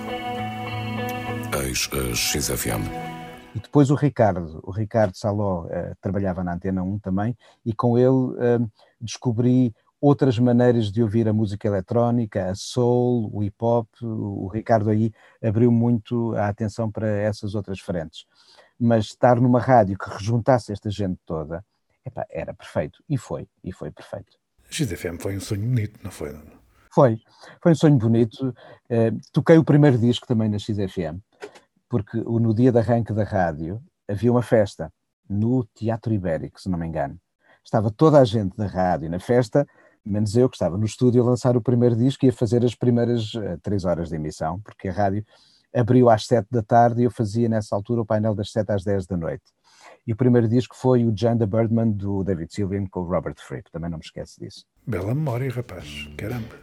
Eis a X F M. E depois o Ricardo, o Ricardo Saló eh, trabalhava na Antena um também, e com ele eh, descobri outras maneiras de ouvir a música eletrónica, a soul, o hip hop. O Ricardo aí abriu muito a atenção para essas outras frentes. Mas estar numa rádio que rejuntasse esta gente toda, epá, era perfeito. E foi, e foi perfeito. A X F M foi um sonho bonito, não foi, Nuno? Foi, foi um sonho bonito. Eh, toquei o primeiro disco também na X F M, porque o- no dia de arranque da rádio havia uma festa no Teatro Ibérico, se não me engano. Estava toda a gente da rádio na festa, menos eu, que estava no estúdio a lançar o primeiro disco e a fazer as primeiras eh, três horas de emissão, porque a rádio abriu às sete da tarde e eu fazia nessa altura o painel das sete às dez da noite. E o primeiro disco foi o John the Birdman, do David Sylvian, com o Robert Fripp, também não me esqueço disso. Bela memória, rapaz. Caramba.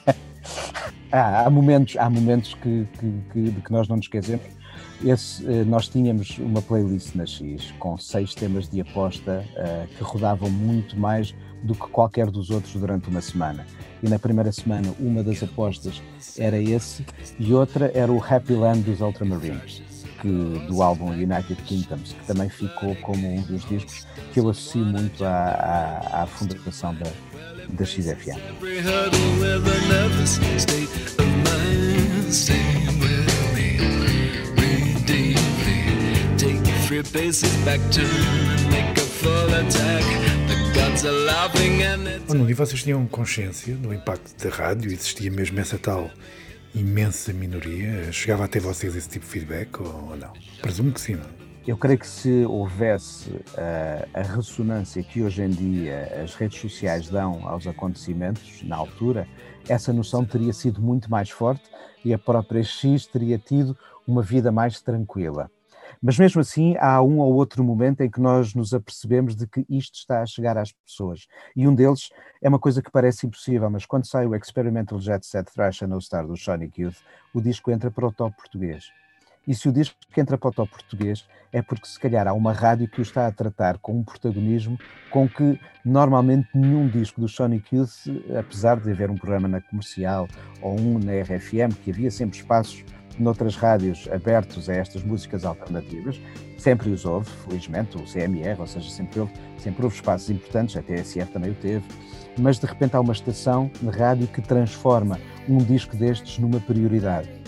Há, há momentos, há momentos que, que, que- de que nós não nos esquecemos. Esse, eh, nós tínhamos uma playlist na X com seis temas de aposta eh, que rodavam muito mais do que qualquer dos outros durante uma semana. E na primeira semana, uma das apostas era esse e outra era o Happy Land dos Ultramarines, que, do álbum United Kingdoms, que também ficou como um dos discos que eu associo muito à, à, à fundação da, da X F M. Every huddle with a nervous state of mind. Stay with me, breathe deeply. Take three paces back, turn and make a full attack. The gods are laughing and it's Oh, Nuno, e vocês tinham consciência do impacto da rádio? Existia mesmo essa tal imensa minoria? Chegava até vocês esse tipo de feedback ou, ou não? Presumo que sim, não? Eu creio que se houvesse uh, a ressonância que hoje em dia as redes sociais dão aos acontecimentos, na altura, essa noção teria sido muito mais forte e a própria X teria tido uma vida mais tranquila. Mas mesmo assim, há um ou outro momento em que nós nos apercebemos de que isto está a chegar às pessoas. E um deles é uma coisa que parece impossível, mas quando sai o Experimental Jet Set Thrash and No Star do Sonic Youth, o disco entra para o top português. E se o disco entra para o top português é porque se calhar há uma rádio que o está a tratar com um protagonismo com que normalmente nenhum disco do Sonic Youth, apesar de haver um programa na comercial ou um na R F M, que havia sempre espaços noutras rádios abertos a estas músicas alternativas, sempre os houve, felizmente, o C M R, ou seja, sempre houve, sempre houve espaços importantes, a T S F também o teve, mas de repente há uma estação de rádio que transforma um disco destes numa prioridade.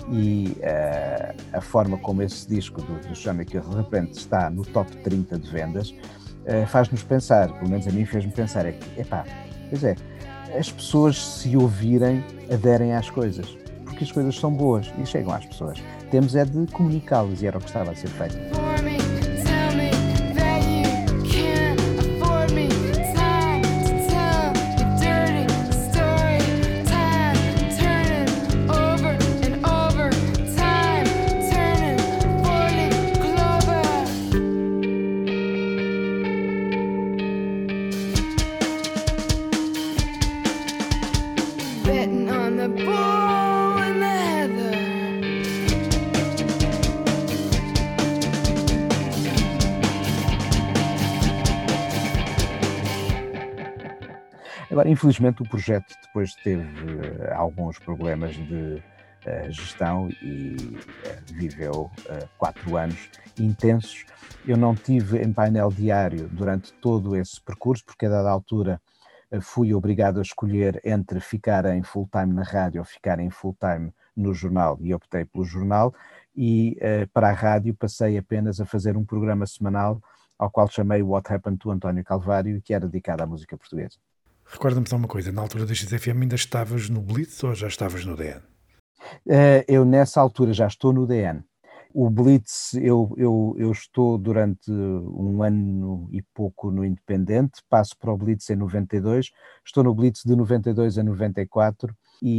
E uh, a forma como esse disco do, do Sonic Youth de repente está no top trinta de vendas uh, faz-nos pensar, pelo menos a mim fez-me pensar, é que, epá, pois é, as pessoas se ouvirem aderem às coisas, porque as coisas são boas e chegam às pessoas. Temos é de comunicá-las e era o que estava a ser feito. For me, tell me that you can't afford me. Time to tell the dirty story. Time turning over and over. Time turning forty clover. Betting on the bull and the heather. Agora, infelizmente, o projeto depois teve uh, alguns problemas de uh, gestão e uh, viveu uh, quatro anos intensos. Eu não tive em painel diário durante todo esse percurso, porque a dada altura uh, fui obrigado a escolher entre ficar em full-time na rádio ou ficar em full-time no jornal, e optei pelo jornal, e uh, para a rádio passei apenas a fazer um programa semanal ao qual chamei What Happened to António Calvário, que era dedicado à música portuguesa. Recorda-me só uma coisa, na altura da X F M ainda estavas no Blitz ou já estavas no D N? Uh, eu nessa altura já estou no D N. O Blitz, eu, eu, eu estou durante um ano e pouco no Independente, passo para o Blitz em noventa e dois, estou no Blitz de noventa e dois a noventa e quatro,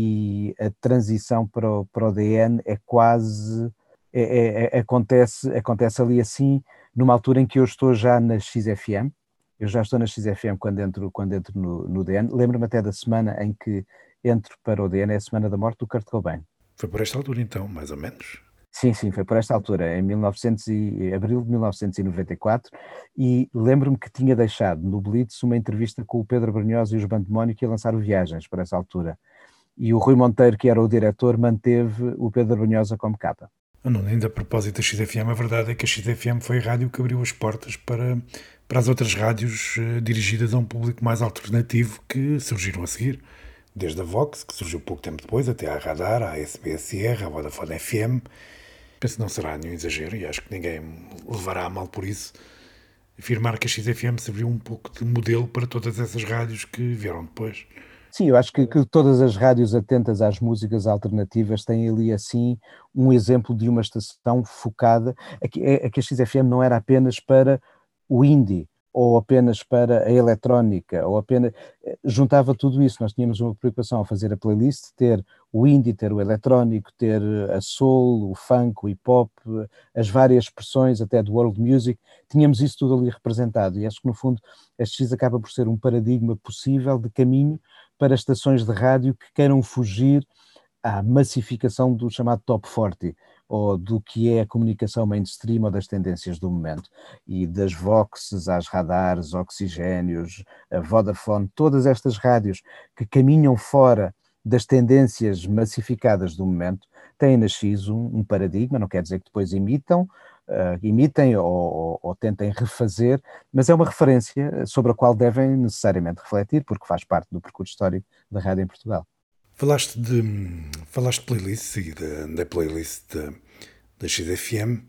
e a transição para o, para o D N é quase, é, é, é, acontece, acontece ali assim, numa altura em que eu estou já na X F M. Eu já estou na X F M quando entro, quando entro no, no D N. Lembro-me até da semana em que entro para o D N, é a semana da morte do Kurt Cobain. Foi por esta altura então, mais ou menos? Sim, sim, foi por esta altura, em mil e novecentos e, abril de mil novecentos e noventa e quatro, e lembro-me que tinha deixado no Blitz uma entrevista com o Pedro Brunhosa e os Bandemónio, que ia lançar o Viagens por essa altura. E o Rui Monteiro, que era o diretor, manteve o Pedro Brunhosa como capa. Não, ainda a propósito da X F M, a verdade é que a X F M foi a rádio que abriu as portas para, para as outras rádios uh, dirigidas a um público mais alternativo que surgiram a seguir. Desde a Vox, que surgiu pouco tempo depois, até à Radar, à S B S R, à Vodafone F M. Penso que não será nenhum exagero e acho que ninguém levará a mal por isso afirmar que a X F M serviu um pouco de modelo para todas essas rádios que vieram depois. Sim, eu acho que, que todas as rádios atentas às músicas alternativas têm ali, assim, um exemplo de uma estação focada. Aqui, aqui a X F M não era apenas para o indie, ou apenas para a eletrónica, ou apenas... Juntava tudo isso. Nós tínhamos uma preocupação a fazer a playlist, ter o indie, ter o eletrónico, ter a soul, o funk, o hip-hop, as várias expressões até do world music. Tínhamos isso tudo ali representado, e acho que, no fundo, a X acaba por ser um paradigma possível de caminho para estações de rádio que queiram fugir à massificação do chamado top quarenta, ou do que é a comunicação mainstream ou das tendências do momento. E das Voxes às Radares, Oxigénios, a Vodafone, todas estas rádios que caminham fora das tendências massificadas do momento, têm na X um, um paradigma, não quer dizer que depois imitam, uh, imitem ou, ou, ou tentem refazer, mas é uma referência sobre a qual devem necessariamente refletir, porque faz parte do percurso histórico da rádio em Portugal. Falaste de, falaste de playlists e da, da playlist da, da X F M,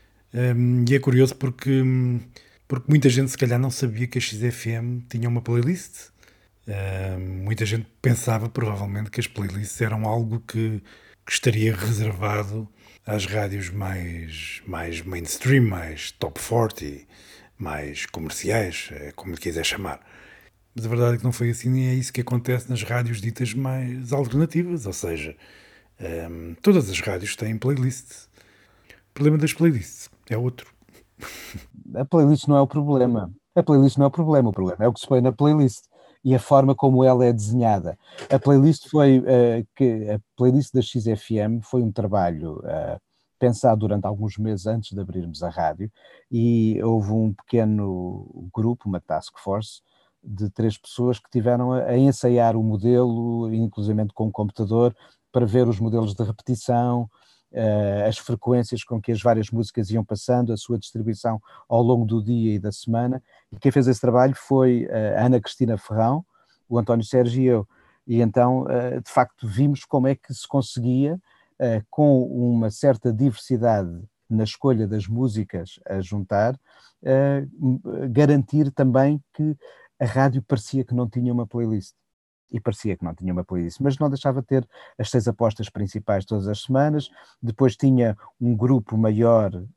um, e é curioso porque, porque muita gente se calhar não sabia que a X F M tinha uma playlist. Um, muita gente pensava provavelmente que as playlists eram algo que, que estaria reservado às rádios mais, mais mainstream, mais top quarenta, mais comerciais, como lhe quiser chamar. Mas a verdade é que não foi assim, e é isso que acontece nas rádios ditas mais alternativas, ou seja, um, todas as rádios têm playlist. O problema das playlists é outro. A playlist não é o problema. A playlist não é o problema, o problema é o que se põe na playlist e a forma como ela é desenhada. A playlist foi, uh, que, a playlist da X F M foi um trabalho uh, pensado durante alguns meses antes de abrirmos a rádio, e houve um pequeno grupo, uma task force, de três pessoas que tiveram a, a ensaiar o modelo, inclusivamente com o computador, para ver os modelos de repetição, uh, as frequências com que as várias músicas iam passando, a sua distribuição ao longo do dia e da semana. E quem fez esse trabalho foi a Ana Cristina Ferrão, o António Sérgio e eu. E então, uh, de facto, vimos como é que se conseguia, uh, com uma certa diversidade na escolha das músicas a juntar, uh, garantir também que a rádio parecia que não tinha uma playlist, e parecia que não tinha uma playlist, mas não deixava de ter as seis apostas principais todas as semanas, depois tinha um grupo maior uh,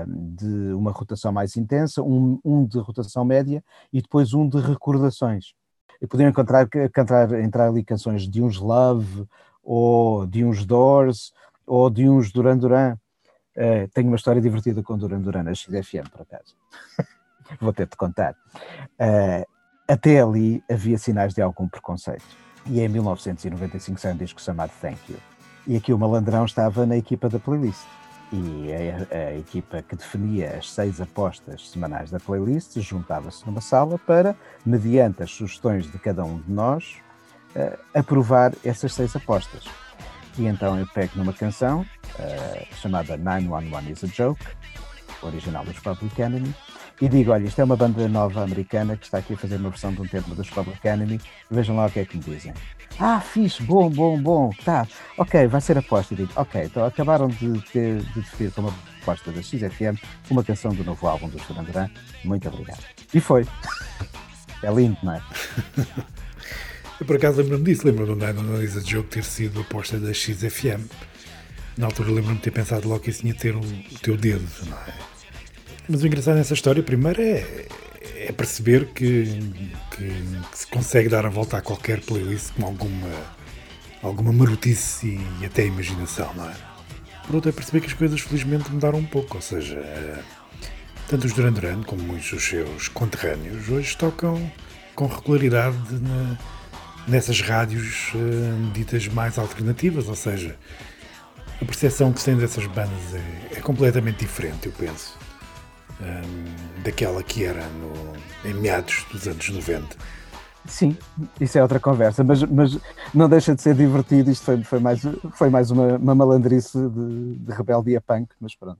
de uma rotação mais intensa, um, um de rotação média e depois um de recordações. E podiam encontrar, encontrar, entrar ali canções de uns Love, ou de uns Doors, ou de uns Duran Duran. Uh, tenho uma história divertida com Duran Duran na X F M, por acaso. Vou ter de contar. Uh, Até ali havia sinais de algum preconceito. E em mil novecentos e noventa e cinco saiu um disco chamado Thank You. E aqui o Malandrão estava na equipa da playlist. e a, a equipa que definia as seis apostas semanais da playlist juntava-se numa sala para, mediante as sugestões de cada um de nós, uh, aprovar essas seis apostas. E então eu pego numa canção uh, chamada nove um um is a Joke, original dos Public Enemy, e digo, olha, isto é uma banda nova americana que está aqui a fazer uma versão de um tema dos Public Enemy, vejam lá o que é que me dizem. Ah, fixe, bom, bom, bom, tá, ok, vai ser aposta. E digo, ok, então acabaram de, ter, de definir como aposta da X F M uma canção do novo álbum dos Duran Duran, muito obrigado. E foi. É lindo, não é? Eu por acaso lembro-me disso, lembro-me do nove um um is a Joke ter sido aposta da X F M. Na altura lembro-me de ter pensado logo que isso tinha de ter o, o teu dedo, não é? Mas o engraçado nessa história, primeiro, é, é perceber que, que, que se consegue dar a volta a qualquer playlist com alguma, alguma marotice e, e até imaginação, não é? Por outro, é perceber que as coisas felizmente mudaram um pouco, ou seja, tanto os Duran Duran como muitos dos seus conterrâneos hoje tocam com regularidade na, nessas rádios uh, ditas mais alternativas, ou seja, a percepção que se tem dessas bandas é, é completamente diferente, eu penso. Um, daquela que era no, em meados dos anos noventa. Sim, isso é outra conversa, mas, mas não deixa de ser divertido. Isto foi, foi mais, foi mais uma, uma malandrice de, de rebeldia punk, mas pronto.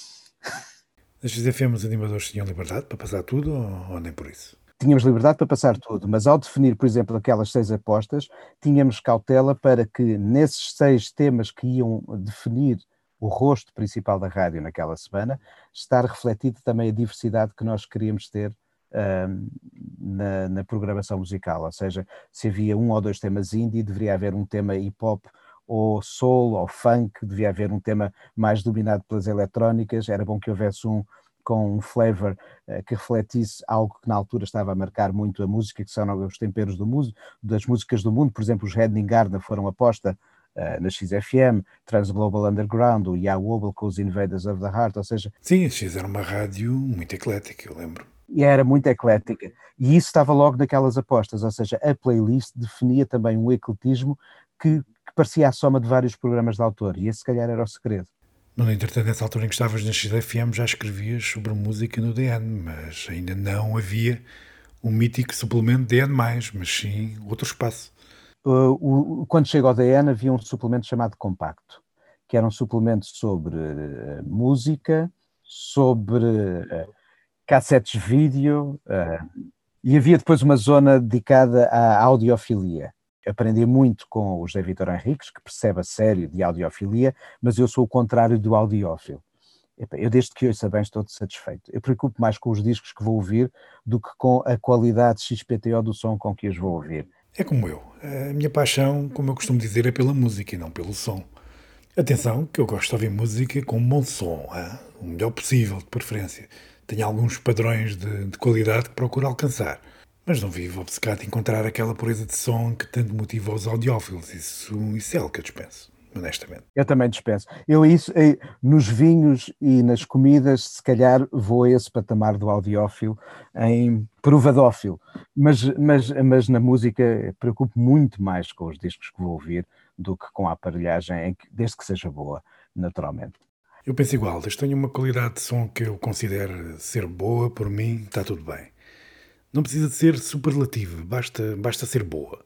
Nas X F M os animadores tinham liberdade para passar tudo ou, ou nem por isso? Tínhamos liberdade para passar tudo, mas ao definir, por exemplo, aquelas seis apostas, tínhamos cautela para que nesses seis temas que iam definir o rosto principal da rádio naquela semana, estar refletido também a diversidade que nós queríamos ter um, na, na programação musical, ou seja, se havia um ou dois temas indie, deveria haver um tema hip-hop ou soul ou funk, devia haver um tema mais dominado pelas eletrónicas, era bom que houvesse um com um flavor uh, que refletisse algo que na altura estava a marcar muito a música, que são os temperos do mundo, das músicas do mundo. Por exemplo, os Hedning Garden foram aposta Uh, na X F M, Transglobal Underground, o Ya Wobble com os Invaders of the Heart, ou seja... Sim, a X era uma rádio muito eclética, eu lembro. E era muito eclética. E isso estava logo naquelas apostas, ou seja, a playlist definia também um ecletismo que, que parecia a soma de vários programas de autor, e esse se calhar era o segredo. No entretanto, nessa altura em que estavas na X F M já escrevias sobre música no D N, mas ainda não havia um mítico suplemento D N mais, mas sim outro espaço. Uh, o, quando chega ao D N havia um suplemento chamado Compacto, que era um suplemento sobre uh, música, sobre uh, cassetes vídeo, uh, e havia depois uma zona dedicada à audiofilia. Aprendi muito com o José Vitor Henriques, que percebe a sério de audiofilia, mas eu sou o contrário do audiófilo. Eu desde que ouço bem estou satisfeito. Eu preocupo mais com os discos que vou ouvir do que com a qualidade X P T O do som com que os vou ouvir. É como eu. A minha paixão, como eu costumo dizer, é pela música e não pelo som. Atenção, que eu gosto de ouvir música com um bom som, hein? O melhor possível, de preferência. Tenho alguns padrões de, de qualidade que procuro alcançar. Mas não vivo obcecado em encontrar aquela pureza de som que tanto motiva os audiófilos. Isso, isso é algo que eu dispenso, honestamente. Eu também dispenso. Eu isso, nos vinhos e nas comidas, se calhar vou a esse patamar do audiófilo em provadófilo. Mas, mas, mas na música preocupo muito mais com os discos que vou ouvir do que com a aparelhagem, em que, desde que seja boa, naturalmente. Eu penso igual, desde que tenha uma qualidade de som que eu considero ser boa, por mim está tudo bem. Não precisa de ser superlativa, basta, basta ser boa.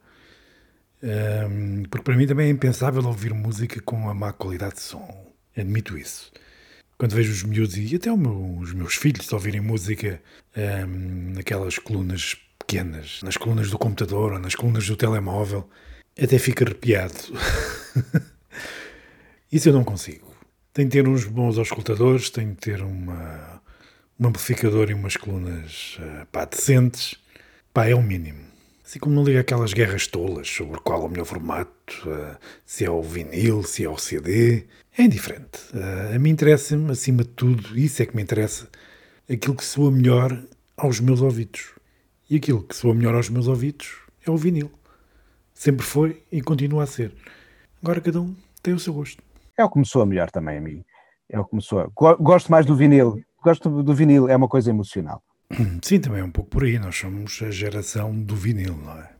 Um, porque para mim também é impensável ouvir música com a má qualidade de som. Admito isso. Quando vejo os miúdos e até meu, os meus filhos ouvirem música um, naquelas colunas pequenas, nas colunas do computador ou nas colunas do telemóvel, até fico arrepiado. Isso eu não consigo. Tem de ter uns bons auscultadores, tem de ter uma, um amplificador e umas colunas uh, pá, decentes. Pá, é o mínimo. Assim como não liga aquelas guerras tolas sobre qual é o melhor formato, uh, se é o vinil, se é o C D, é indiferente. Uh, a mim interessa-me, acima de tudo, isso é que me interessa, aquilo que soa melhor aos meus ouvidos. E aquilo que soa melhor aos meus ouvidos é o vinil. Sempre foi e continua a ser. Agora cada um tem o seu gosto. É o que me soa melhor também a mim. É o que me soa. Gosto mais do vinil. Gosto do vinil, é uma coisa emocional. Sim, também é um pouco por aí. Nós somos a geração do vinil, não é?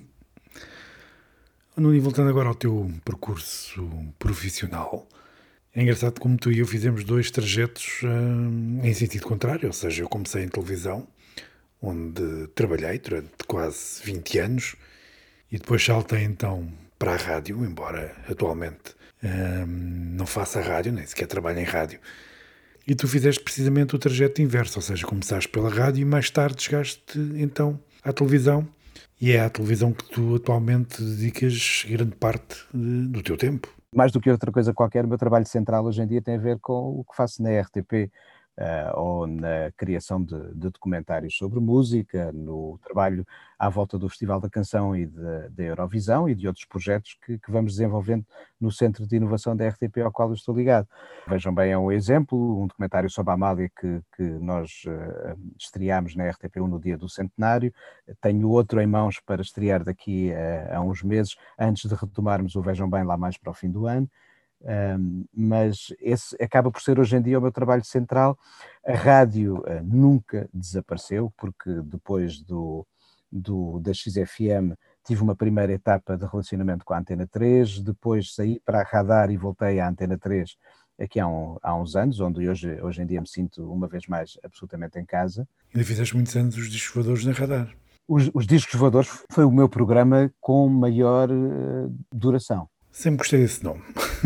E voltando agora ao teu percurso profissional, É engraçado como tu e eu fizemos dois trajetos hum, em sentido contrário, ou seja, eu comecei em televisão, onde trabalhei durante quase vinte anos, e depois saltei então para a rádio, embora atualmente hum, não faça rádio, nem sequer trabalho em rádio. E tu fizeste precisamente o trajeto inverso, ou seja, começaste pela rádio e mais tarde chegaste então à televisão, e é à televisão que tu atualmente dedicas grande parte de- do teu tempo. Mais do que outra coisa qualquer, o meu trabalho central hoje em dia tem a ver com o que faço na R T P, eh, ou na criação de, de documentários sobre música, no trabalho à volta do Festival da Canção e de- da Eurovisão e de outros projetos que, que vamos desenvolvendo no Centro de Inovação da R T P, ao qual eu estou ligado. Vejam bem, é um exemplo, um documentário sobre a Amália que, que nós eh, estreámos na R T P um no dia do centenário. Tenho outro em mãos para estrear daqui eh, a uns meses, antes de retomarmos o Vejam Bem lá mais para o fim do ano. Um, mas esse acaba por ser hoje em dia o meu trabalho central. A rádio uh, nunca desapareceu, porque depois do, do, da X F M tive uma primeira etapa de relacionamento com a Antena três, depois saí para a Radar e voltei à Antena três aqui há, um, há uns anos, onde hoje, hoje em dia me sinto uma vez mais absolutamente em casa. Ainda fizeste muitos anos os discos voadores na Radar. Os, os Discos Voadores foi o meu programa com maior uh, duração. Sempre gostei desse nome.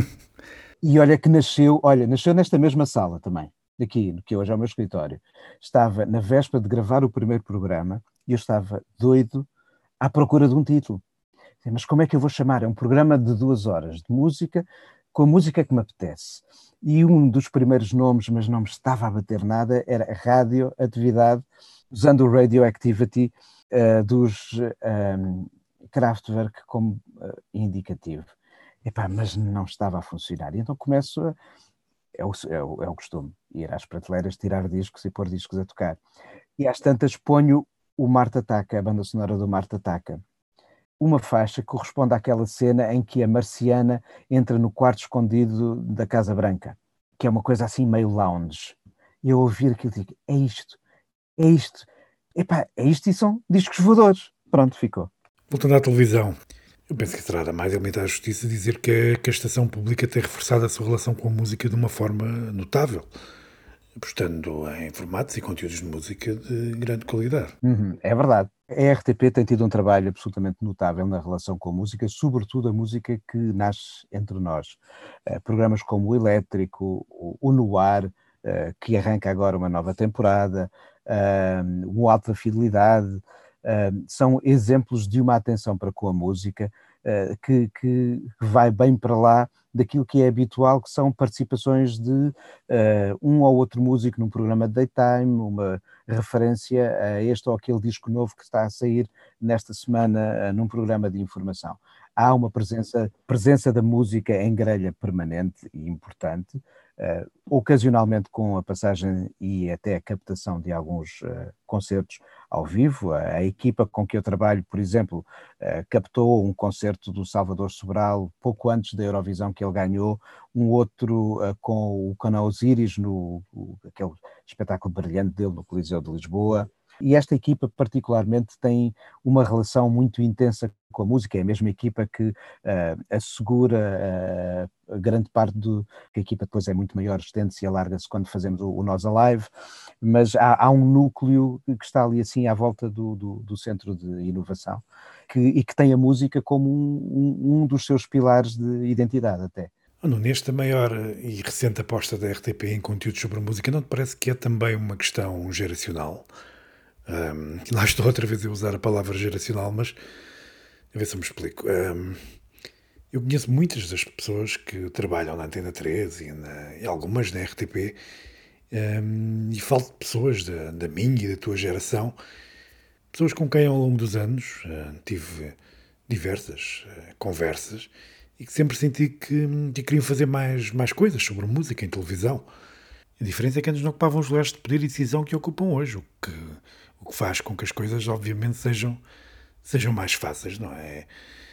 E olha que nasceu, olha, nasceu nesta mesma sala também, aqui, que hoje é o meu escritório. Estava na véspera de gravar o primeiro programa e eu estava doido à procura de um título. Mas como é que eu vou chamar? É um programa de duas horas de música, com a música que me apetece. E um dos primeiros nomes, mas não me estava a bater nada, era Radioatividade, usando o Radioactivity uh, dos um, Kraftwerk como uh, indicativo. Epá, mas não estava a funcionar. E então começo a... É o, é, o, é o costume, ir às prateleiras, tirar discos e pôr discos a tocar. E às tantas ponho o Marte Ataca, a banda sonora do Marte Ataca. Uma faixa que corresponde àquela cena em que a marciana entra no quarto escondido da Casa Branca, que é uma coisa assim meio lounge. E eu ouvir aquilo e digo, é isto, é isto. Epá, é isto e são discos voadores. Pronto, ficou. Voltando à televisão, eu penso que será da mais elementar justiça dizer que a, que a estação pública tem reforçado a sua relação com a música de uma forma notável, apostando em formatos e conteúdos de música de grande qualidade. Uhum, é verdade. A R T P tem tido um trabalho absolutamente notável na relação com a música, sobretudo a música que nasce entre nós. Uh, programas como o Elétrico, o, o Noir, uh, que arranca agora uma nova temporada, uh, o Alta Fidelidade, uh, são exemplos de uma atenção para com a música uh, que, que vai bem para lá daquilo que é habitual, que são participações de uh, um ou outro músico num programa de daytime, uma referência a este ou aquele disco novo que está a sair nesta semana uh, num programa de informação. Há uma presença, presença da música em grelha permanente e importante, uh, ocasionalmente com a passagem e até a captação de alguns uh, concertos ao vivo. A, a equipa com que eu trabalho, por exemplo, uh, captou um concerto do Salvador Sobral pouco antes da Eurovisão que ele ganhou, um outro uh, com o Canal Osiris, no o, aquele espetáculo brilhante dele no Coliseu de Lisboa. E esta equipa particularmente tem uma relação muito intensa com a música, é a mesma equipa que uh, assegura uh, grande parte do... que a equipa depois é muito maior, estende-se e alarga-se quando fazemos o, o Nós Alive, mas há, há um núcleo que está ali assim à volta do, do, do Centro de Inovação que, e que tem a música como um, um, um dos seus pilares de identidade até. Nesta maior e recente aposta da R T P em conteúdos sobre a música, não te parece que é também uma questão geracional? Um, lá estou outra vez a usar a palavra geracional, mas a ver se eu me explico. Um, eu conheço muitas das pessoas que trabalham na Antena três e, na, e algumas na R T P, um, e falo de pessoas da, da minha e da tua geração, pessoas com quem ao longo dos anos uh, tive diversas uh, conversas e que sempre senti que, que queriam fazer mais, mais coisas sobre música em televisão. A diferença é que antes não ocupavam os lugares de poder e decisão que ocupam hoje, o que, o que faz com que as coisas, obviamente, sejam, sejam mais fáceis, não é?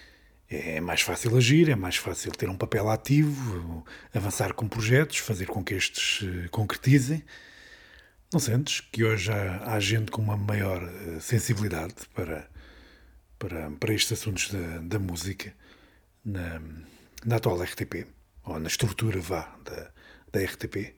É mais fácil agir, é mais fácil ter um papel ativo, avançar com projetos, fazer com que estes se concretizem. Não sentes que hoje há, há gente com uma maior sensibilidade para, para, para estes assuntos da, da música na, na atual R T P? ou na estrutura, vá, da, da R T P.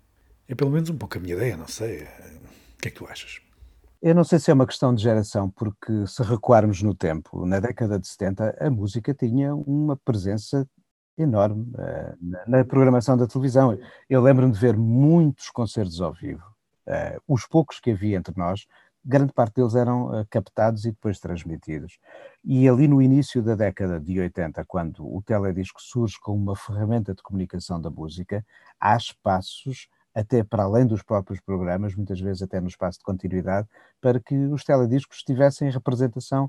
É pelo menos um pouco a minha ideia, não sei. O que é que tu achas? Eu não sei se é uma questão de geração, porque se recuarmos no tempo, na década de setenta, a música tinha uma presença enorme uh, na, na programação da televisão. Eu lembro-me de ver muitos concertos ao vivo. Uh, os poucos que havia entre nós, grande parte deles eram uh, captados e depois transmitidos. E ali no início da década de oitenta, quando o teledisco surge como uma ferramenta de comunicação da música, há espaços, até para além dos próprios programas, muitas vezes até no espaço de continuidade, para que os telediscos tivessem representação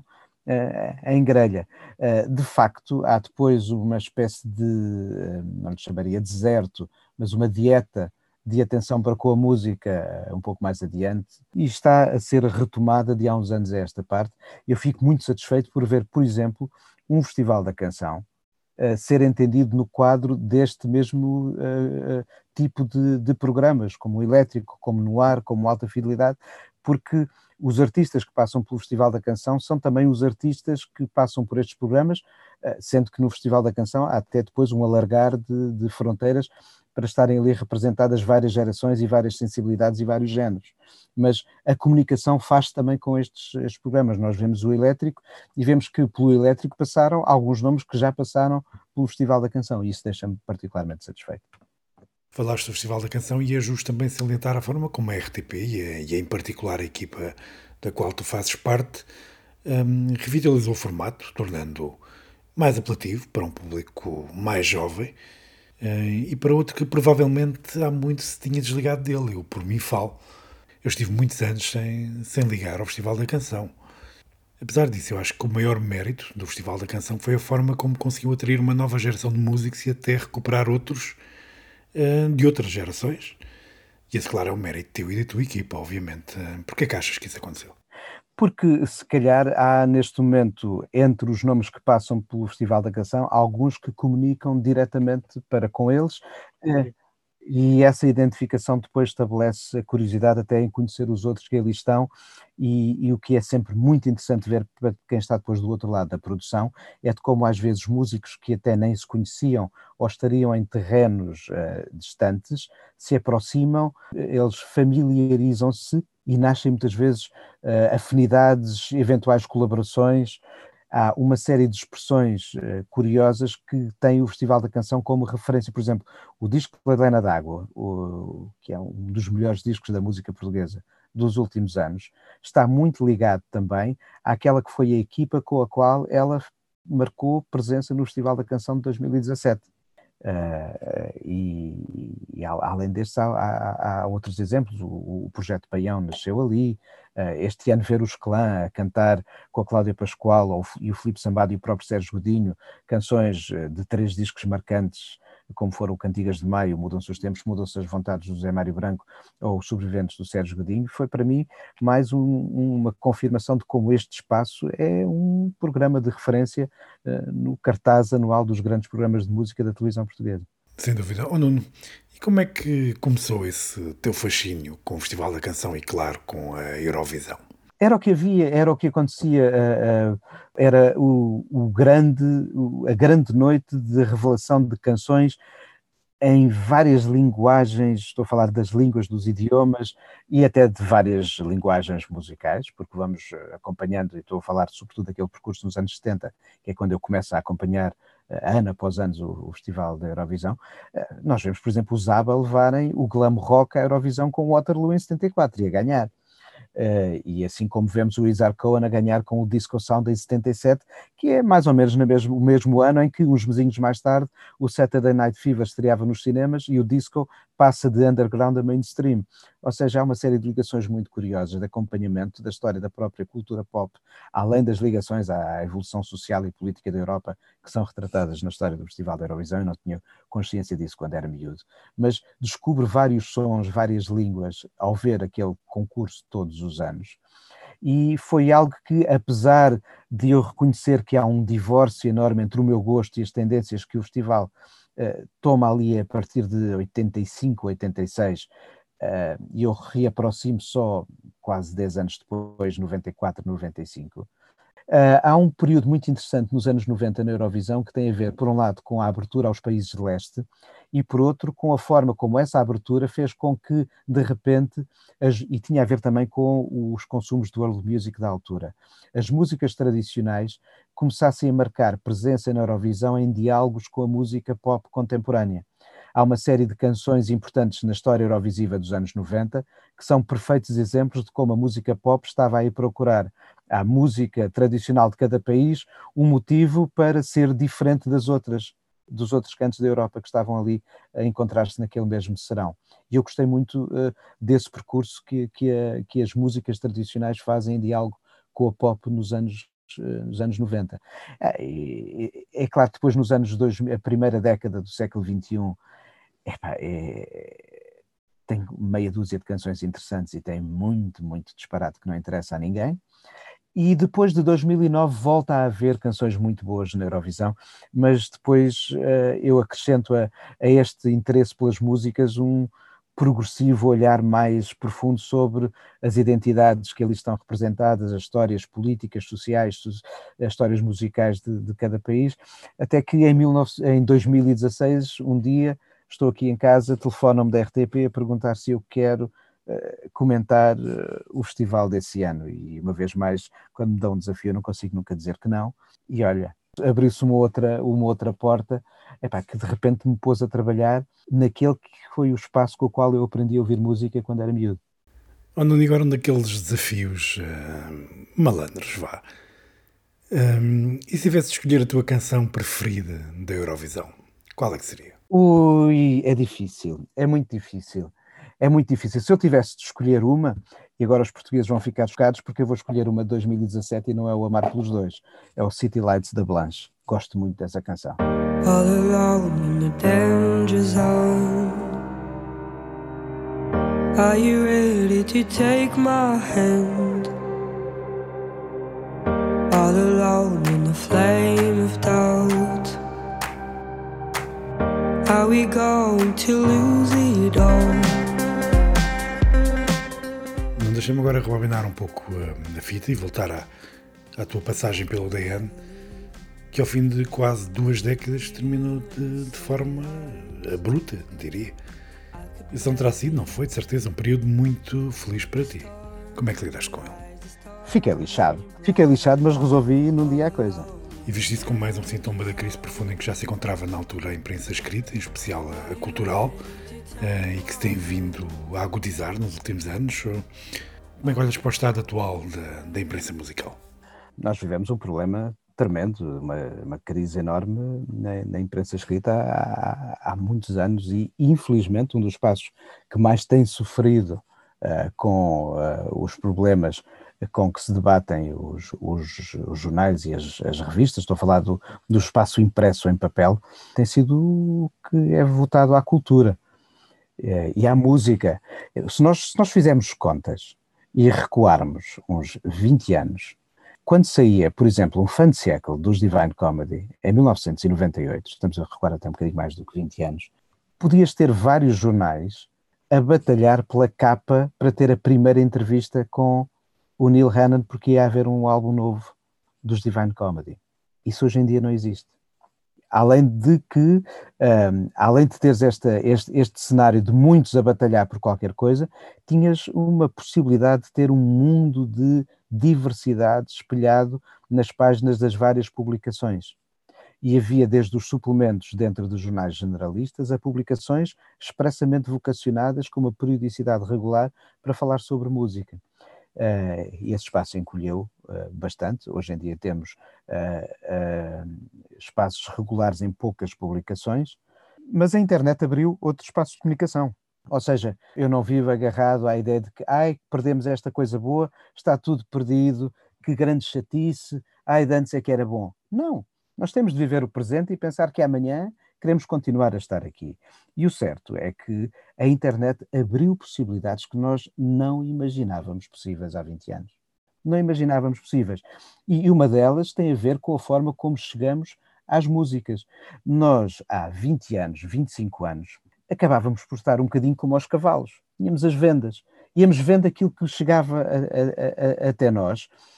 uh, em grelha. Uh, de facto, há depois uma espécie de, uh, não lhe chamaria deserto, mas uma dieta de atenção para com a música uh, um pouco mais adiante, e está a ser retomada de há uns anos a esta parte. Eu fico muito satisfeito por ver, por exemplo, um Festival da Canção Uh, ser entendido no quadro deste mesmo uh, uh, tipo de, de programas, como o Elétrico, como No Ar, como Alta Fidelidade, porque os artistas que passam pelo Festival da Canção são também os artistas que passam por estes programas, uh, sendo que no Festival da Canção há até depois um alargar de, de fronteiras para estarem ali representadas várias gerações e várias sensibilidades e vários géneros. Mas a comunicação faz também com estes, estes programas. Nós vemos o Elétrico e vemos que pelo Elétrico passaram alguns nomes que já passaram pelo Festival da Canção, e isso deixa-me particularmente satisfeito. Falaste do Festival da Canção e é justo também salientar a forma como a R T P e, a, e em particular a equipa da qual tu fazes parte um, revitalizou o formato, tornando-o mais apelativo para um público mais jovem uh, e para outro que provavelmente há muito se tinha desligado dele. Eu, por mim, falo. Eu estive muitos anos sem, sem ligar ao Festival da Canção. Apesar disso, eu acho que o maior mérito do Festival da Canção foi a forma como conseguiu atrair uma nova geração de músicos e até recuperar outros uh, de outras gerações. E esse, claro, é um mérito teu e da tua equipa, obviamente. Uh, Porquê é que achas que isso aconteceu? Porque, se calhar, há neste momento, entre os nomes que passam pelo Festival da Canção, alguns que comunicam diretamente para com eles, uh, e essa identificação depois estabelece a curiosidade até em conhecer os outros que ali estão, e, e o que é sempre muito interessante ver para quem está depois do outro lado da produção é de como às vezes músicos que até nem se conheciam ou estariam em terrenos uh, distantes se aproximam, eles familiarizam-se e nascem muitas vezes uh, afinidades, eventuais colaborações. Há uma série de expressões uh, curiosas que têm o Festival da Canção como referência. Por exemplo, o disco da Helena d'Água, o, que é um dos melhores discos da música portuguesa dos últimos anos, está muito ligado também àquela que foi a equipa com a qual ela marcou presença no Festival da Canção de dois mil e dezassete. Uh, e, e além destes há, há, há outros exemplos. O, o Projeto Baião nasceu ali. Uh, este ano ver os Clã a cantar com a Cláudia Pascoal ou, e o Filipe Sambado e o próprio Sérgio Godinho canções de três discos marcantes, como foram o Cantigas de Maio, Mudam-se os Tempos, Mudam-se as Vontades do José Mário Branco ou os Sobreviventes do Sérgio Godinho, foi para mim mais um, uma confirmação de como este espaço é um programa de referência uh, no cartaz anual dos grandes programas de música da televisão portuguesa. Sem dúvida. Oh, Nuno, e como é que começou esse teu fascínio com o Festival da Canção e, claro, com a Eurovisão? Era o que havia, era o que acontecia, uh, uh, era o, o grande, o, a grande noite de revelação de canções em várias linguagens. Estou a falar das línguas, dos idiomas e até de várias linguagens musicais, porque vamos acompanhando, e estou a falar sobretudo daquele percurso nos anos setenta, que é quando eu começo a acompanhar ano após ano o, o Festival da Eurovisão. Nós vemos, por exemplo, os ABBA levarem o glam rock à Eurovisão com o Waterloo em setenta e quatro e a ganhar. Uh, e assim como vemos o Isaac Cohen a ganhar com o Disco Sound em setenta e sete, que é mais ou menos no mesmo, o mesmo ano em que, uns mesinhos mais tarde, o Saturday Night Fever estreava nos cinemas e o disco passa de underground a mainstream. Ou seja, há uma série de ligações muito curiosas de acompanhamento da história da própria cultura pop, além das ligações à evolução social e política da Europa, que são retratadas na história do Festival da Eurovisão. Eu não tinha consciência disso quando era miúdo. Mas descubro vários sons, várias línguas, ao ver aquele concurso todos os anos. E foi algo que, apesar de eu reconhecer que há um divórcio enorme entre o meu gosto e as tendências que o festival uh, toma ali a partir de oitenta e cinco, oitenta e seis, uh, e eu reaproximo só quase dez anos depois, noventa e quatro, noventa e cinco, Uh, há um período muito interessante nos anos noventa na Eurovisão que tem a ver, por um lado, com a abertura aos países de leste e, por outro, com a forma como essa abertura fez com que, de repente, as, e tinha a ver também com os consumos do world music da altura, as músicas tradicionais começassem a marcar presença na Eurovisão em diálogos com a música pop contemporânea. Há uma série de canções importantes na história eurovisiva dos anos noventa que são perfeitos exemplos de como a música pop estava a ir procurar à música tradicional de cada país um motivo para ser diferente das outras, dos outros cantos da Europa que estavam ali a encontrar-se naquele mesmo serão. E eu gostei muito uh, desse percurso que, que, a, que as músicas tradicionais fazem em diálogo com a pop nos anos nos anos noventa. É, é claro que depois nos anos dois mil, a primeira década do século vinte e um, epá, é, tem meia dúzia de canções interessantes e tem muito, muito disparate que não interessa a ninguém. E depois de dois mil e nove volta a haver canções muito boas na Eurovisão, mas depois uh, eu acrescento a, a este interesse pelas músicas um progressivo olhar mais profundo sobre as identidades que ali estão representadas, as histórias políticas, sociais, as histórias musicais de, de cada país, até que em, mil e nove, em dois mil e dezasseis, um dia, estou aqui em casa, telefonam-me da R T P a perguntar se eu quero uh, comentar uh, o festival desse ano, e uma vez mais, quando me dão um desafio, eu não consigo nunca dizer que não, e olha, abriu-se uma outra, uma outra porta, epá, que de repente me pôs a trabalhar naquele que foi o espaço com o qual eu aprendi a ouvir música quando era miúdo. Oh, Nuno, agora um daqueles desafios uh, malandros, vá. Um, e se tivesse de escolher a tua canção preferida da Eurovisão, qual é que seria? Ui, é difícil, é muito difícil. É muito difícil. Se eu tivesse de escolher uma, e agora os portugueses vão ficar chocados porque eu vou escolher uma de dois mil e dezassete e não é o Amar pelos Dois, é o City Lights da Blanche. Gosto muito dessa canção. All alone in the danger zone. Are you ready to take my hand? All alone in the flame of doubt. Are we going to lose it all? Deixa-me agora rebobinar um pouco a, a fita e voltar à, à tua passagem pelo D N, que ao fim de quase duas décadas terminou de, de forma bruta, diria. Isso não terá sido, não foi, de certeza, um período muito feliz para ti. Como é que lidaste com ele? Fiquei lixado. Fiquei lixado, mas resolvi num dia a coisa. E viste isso como mais um sintoma da crise profunda em que já se encontrava na altura a imprensa escrita, em especial a, a cultural, Uh, e que se tem vindo a agudizar nos últimos anos? Como é que olhas para o estado atual da, da imprensa musical? Nós vivemos um problema tremendo, uma, uma crise enorme na, na imprensa escrita há, há muitos anos e, infelizmente, um dos espaços que mais tem sofrido uh, com uh, os problemas com que se debatem os, os, os jornais e as, as revistas, estou a falar do, do espaço impresso em papel, tem sido o que é votado à cultura. E à música. Se nós, se nós fizermos contas e recuarmos uns vinte anos, quando saía, por exemplo, um Fan Circle dos Divine Comedy, em mil novecentos e noventa e oito, estamos a recuar até um bocadinho mais do que vinte anos, podias ter vários jornais a batalhar pela capa para ter a primeira entrevista com o Neil Hannon, porque ia haver um álbum novo dos Divine Comedy. Isso hoje em dia não existe. Além de que, um, além de teres esta, este, este cenário de muitos a batalhar por qualquer coisa, tinhas uma possibilidade de ter um mundo de diversidade espelhado nas páginas das várias publicações. E havia desde os suplementos dentro dos jornais generalistas a publicações expressamente vocacionadas com uma periodicidade regular para falar sobre música. Uh, e esse espaço encolheu uh, bastante. Hoje em dia temos uh, uh, espaços regulares em poucas publicações, mas a internet abriu outros espaços de comunicação. Ou seja, eu não vivo agarrado à ideia de que ai, perdemos esta coisa boa, está tudo perdido, que grande chatice, ai, de antes é que era bom. Não, nós temos de viver o presente e pensar que amanhã queremos continuar a estar aqui. E o certo é que a internet abriu possibilidades que nós não imaginávamos possíveis há vinte anos. Não imaginávamos possíveis. E uma delas tem a ver com a forma como chegamos às músicas. Nós, há vinte anos, vinte e cinco anos, acabávamos por estar um bocadinho como aos cavalos. Tínhamos as vendas. Íamos vendo aquilo que chegava a, a, a, até nós,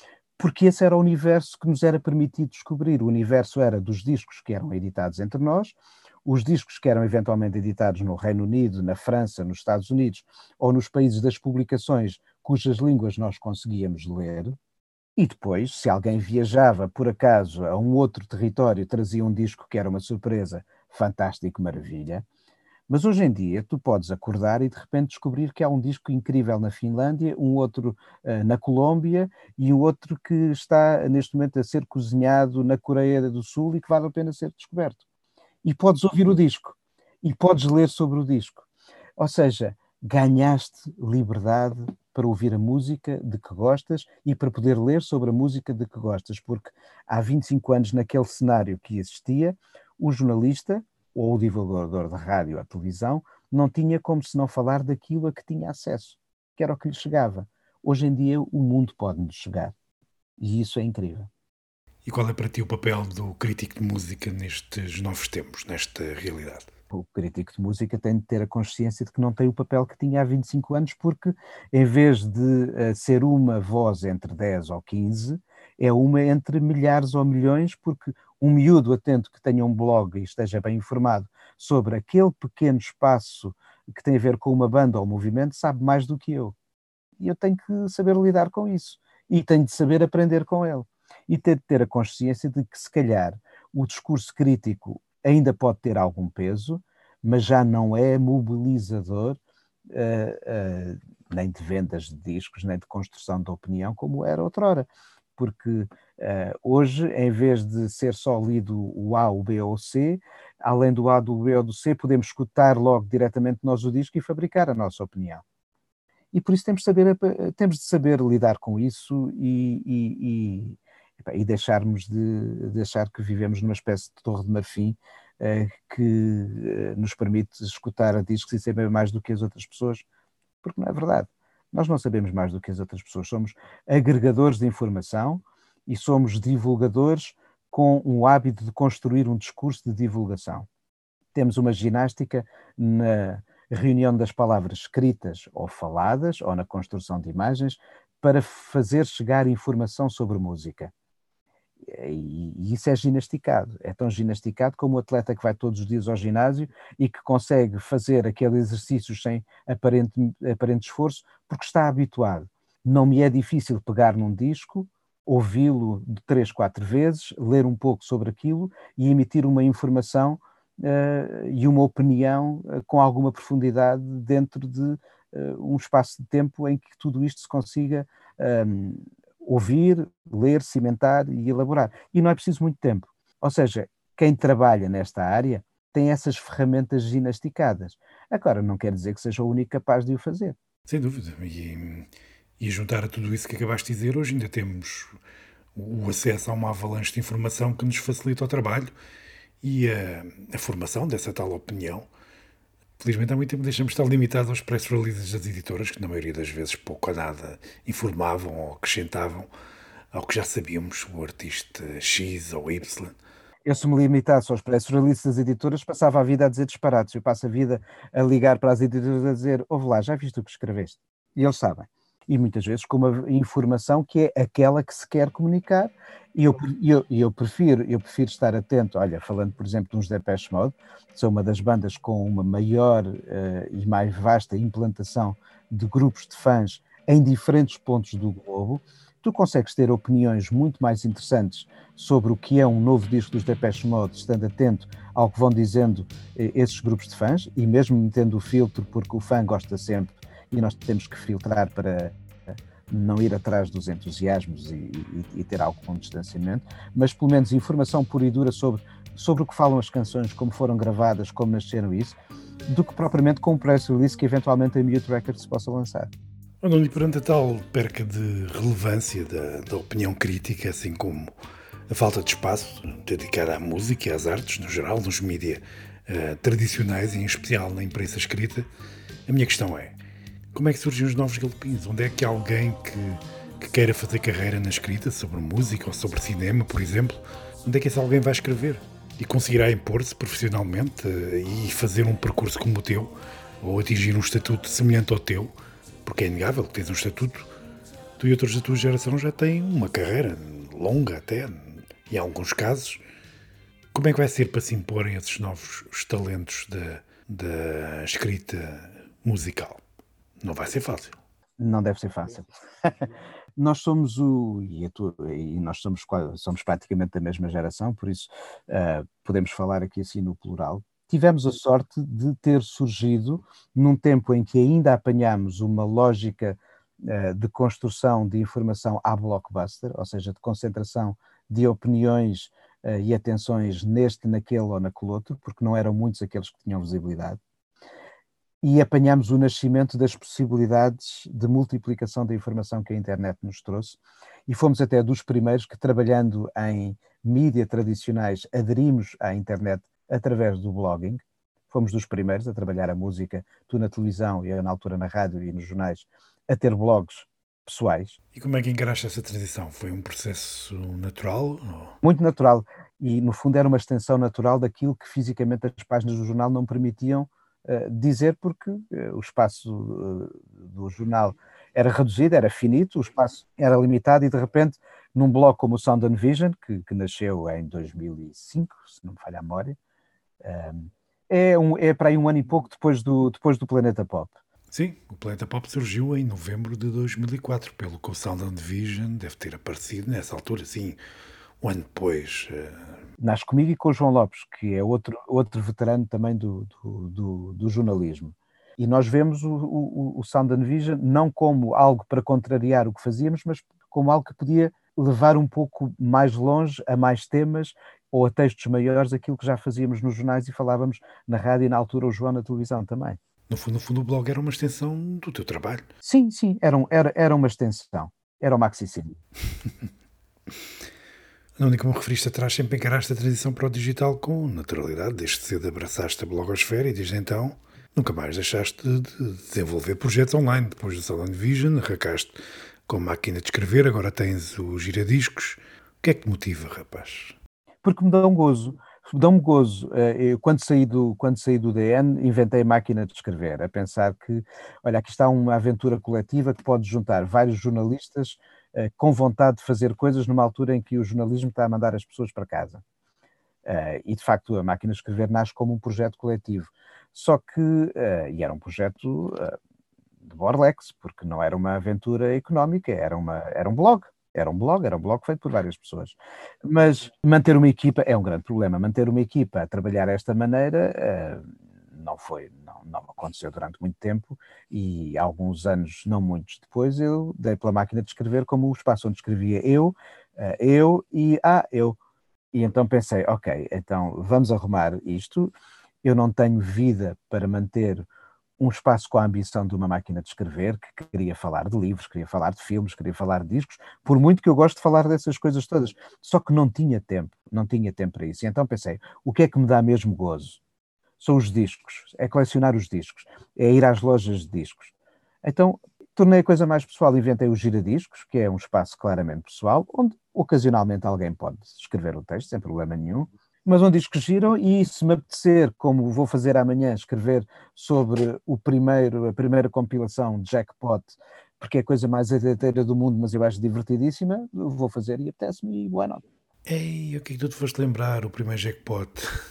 porque esse era o universo que nos era permitido descobrir. O universo era dos discos que eram editados entre nós, os discos que eram eventualmente editados no Reino Unido, na França, nos Estados Unidos, ou nos países das publicações cujas línguas nós conseguíamos ler. E depois, se alguém viajava, por acaso, a um outro território, trazia um disco que era uma surpresa, fantástico, maravilha. Mas hoje em dia tu podes acordar e de repente descobrir que há um disco incrível na Finlândia, um outro uh, na Colômbia e um outro que está neste momento a ser cozinhado na Coreia do Sul e que vale a pena ser descoberto. E podes ouvir o disco e podes ler sobre o disco. Ou seja, ganhaste liberdade para ouvir a música de que gostas e para poder ler sobre a música de que gostas, porque há vinte e cinco anos naquele cenário que existia, o jornalista ou o divulgador de rádio ou televisão não tinha como se não falar daquilo a que tinha acesso, que era o que lhe chegava. Hoje em dia o mundo pode-nos chegar e isso é incrível. E qual é para ti o papel do crítico de música nestes novos tempos, nesta realidade? O crítico de música tem de ter a consciência de que não tem o papel que tinha há vinte e cinco anos, porque em vez de uh, ser uma voz entre dez ou quinze, é uma entre milhares ou milhões, porque um miúdo atento que tenha um blog e esteja bem informado sobre aquele pequeno espaço que tem a ver com uma banda ou um movimento sabe mais do que eu. E eu tenho que saber lidar com isso. E tenho de saber aprender com ele. E ter de ter a consciência de que, se calhar, o discurso crítico ainda pode ter algum peso, mas já não é mobilizador uh, uh, nem de vendas de discos, nem de construção de opinião, como era outrora. Porque uh, hoje, em vez de ser só lido o A, o B ou o C, além do A, do B ou do C, podemos escutar logo diretamente nós o disco e fabricar a nossa opinião. E por isso temos de saber, temos de saber lidar com isso e, e, e, e deixarmos de, de achar que vivemos numa espécie de torre de marfim uh, que uh, nos permite escutar discos e saber mais do que as outras pessoas, porque não é verdade. Nós não sabemos mais do que as outras pessoas, somos agregadores de informação e somos divulgadores com um hábito de construir um discurso de divulgação. Temos uma ginástica na reunião das palavras escritas ou faladas, ou na construção de imagens, para fazer chegar informação sobre música. E isso é ginasticado, é tão ginasticado como o atleta que vai todos os dias ao ginásio e que consegue fazer aquele exercício sem aparente, aparente esforço, porque está habituado. Não me é difícil pegar num disco, ouvi-lo de três, quatro vezes, ler um pouco sobre aquilo e emitir uma informação uh, e uma opinião uh, com alguma profundidade dentro de uh, um espaço de tempo em que tudo isto se consiga um, ouvir, ler, cimentar e elaborar. E não é preciso muito tempo. Ou seja, quem trabalha nesta área tem essas ferramentas ginasticadas. Agora, não quer dizer que seja o único capaz de o fazer. Sem dúvida. E, e juntar a tudo isso que acabaste de dizer, hoje ainda temos o acesso a uma avalanche de informação que nos facilita o trabalho e a, a formação dessa tal opinião. Felizmente há muito tempo deixamos de estar limitados aos press releases das editoras, que na maioria das vezes pouco ou nada informavam ou acrescentavam ao que já sabíamos o artista X ou Y. Eu, se me limitasse aos press releases das editoras, passava a vida a dizer disparates. Eu passo a vida a ligar para as editoras a dizer: ouve lá, já viste o que escreveste? E eles sabem. E muitas vezes com uma informação que é aquela que se quer comunicar. E eu, eu, eu, prefiro, eu prefiro estar atento, olha, falando por exemplo de uns Depeche Mode, que são uma das bandas com uma maior uh, e mais vasta implantação de grupos de fãs em diferentes pontos do globo, tu consegues ter opiniões muito mais interessantes sobre o que é um novo disco dos Depeche Mode, estando atento ao que vão dizendo eh, esses grupos de fãs, e mesmo metendo o filtro, porque o fã gosta sempre, e nós temos que filtrar para não ir atrás dos entusiasmos e, e, e ter algo com distanciamento, mas pelo menos informação pura e dura sobre, sobre o que falam as canções, como foram gravadas, como nasceram isso, do que propriamente com um press release que eventualmente a Mute Records possa lançar. E perante a tal perca de relevância da, da opinião crítica, assim como a falta de espaço dedicado à música e às artes, no geral, nos mídias uh, tradicionais e em especial na imprensa escrita, a minha questão é: como é que surgem os novos galopins? Onde é que alguém que, que queira fazer carreira na escrita sobre música ou sobre cinema, por exemplo, onde é que esse alguém vai escrever? E conseguirá impor-se profissionalmente uh, e fazer um percurso como o teu, ou atingir um estatuto semelhante ao teu? Porque é inegável que tens um estatuto Tu e outros da tua geração já têm uma carreira longa até, em alguns casos. Como é que vai ser para se imporem esses novos os talentos da, da escrita musical? Não vai ser fácil. Não deve ser fácil. Nós somos o e, a tu, e nós somos, somos praticamente da mesma geração, por isso uh, podemos falar aqui assim no plural. Tivemos a sorte de ter surgido num tempo em que ainda apanhámos uma lógica uh, de construção de informação à blockbuster, ou seja, de concentração de opiniões uh, e atenções neste, naquele ou naquele outro, porque não eram muitos aqueles que tinham visibilidade. E apanhámos o nascimento das possibilidades de multiplicação da informação que a internet nos trouxe, e fomos até dos primeiros que, trabalhando em mídia tradicionais, aderimos à internet através do blogging. Fomos dos primeiros a trabalhar a música, tu na televisão e eu na altura na rádio e nos jornais, a ter blogs pessoais. E como é que encaraste essa transição? Foi um processo natural? Ou... Muito natural, e no fundo era uma extensão natural daquilo que fisicamente as páginas do jornal não permitiam Uh, dizer, porque uh, o espaço uh, do jornal era reduzido, era finito, o espaço era limitado, e de repente, num blog como o Sound and Vision, que, que nasceu em dois mil e cinco, se não me falha a memória, um, é, um, é para aí um ano e pouco depois do, depois do Planeta Pop. Sim, o Planeta Pop surgiu em novembro de dois mil e quatro, pelo que o Sound and Vision deve ter aparecido nessa altura, sim, um ano depois. Uh... Nasce comigo e com o João Lopes, que é outro, outro veterano também do, do, do, do jornalismo. E nós vemos o, o, o Sound and Vision não como algo para contrariar o que fazíamos, mas como algo que podia levar um pouco mais longe a mais temas ou a textos maiores aquilo que já fazíamos nos jornais e falávamos na rádio e na altura o João na televisão também. No fundo, no fundo o blog era uma extensão do teu trabalho. Sim, sim, era, um, era, era uma extensão. Era o maxicínio. Não, nem como referiste atrás, sempre encaraste a transição para o digital com naturalidade. Desde cedo abraçaste a blogosfera e desde então nunca mais deixaste de desenvolver projetos online. Depois do Sound and Vision, arrancaste com a máquina de escrever, agora tens o giradiscos. O que é que te motiva, rapaz? Porque me dá um gozo. Dá-me gozo. Eu, quando, saí do, quando saí do D N, inventei a máquina de escrever, a pensar que, olha, aqui está uma aventura coletiva que pode juntar vários jornalistas uh, com vontade de fazer coisas numa altura em que o jornalismo está a mandar as pessoas para casa. Uh, e, de facto, a máquina de escrever nasce como um projeto coletivo. Só que, uh, e era um projeto uh, de Borlex, porque não era uma aventura económica, era, uma, era um blog. Era um blog, era um blog feito por várias pessoas. Mas manter uma equipa é um grande problema. Manter uma equipa a trabalhar desta maneira uh, não foi, não, não aconteceu durante muito tempo, e alguns anos, não muitos depois, eu dei pela máquina de escrever como o espaço onde escrevia eu, uh, eu e ah, eu. E então pensei, ok, então vamos arrumar isto. Eu não tenho vida para manter um espaço com a ambição de uma máquina de escrever, que queria falar de livros, queria falar de filmes, queria falar de discos, por muito que eu gosto de falar dessas coisas todas, só que não tinha tempo, não tinha tempo para isso. E então pensei, o que é que me dá mesmo gozo? São os discos, é colecionar os discos, é ir às lojas de discos. Então tornei a coisa mais pessoal, inventei o giradiscos, que é um espaço claramente pessoal, onde ocasionalmente alguém pode escrever o texto, sem problema nenhum, mas onde discos giram, e se me apetecer, como vou fazer amanhã, escrever sobre o primeiro, a primeira compilação de Jackpot, porque é a coisa mais azeiteira do mundo, mas eu acho divertidíssima, vou fazer e apetece-me, e bueno. Ei, o que é que tu te foste lembrar, o primeiro Jackpot?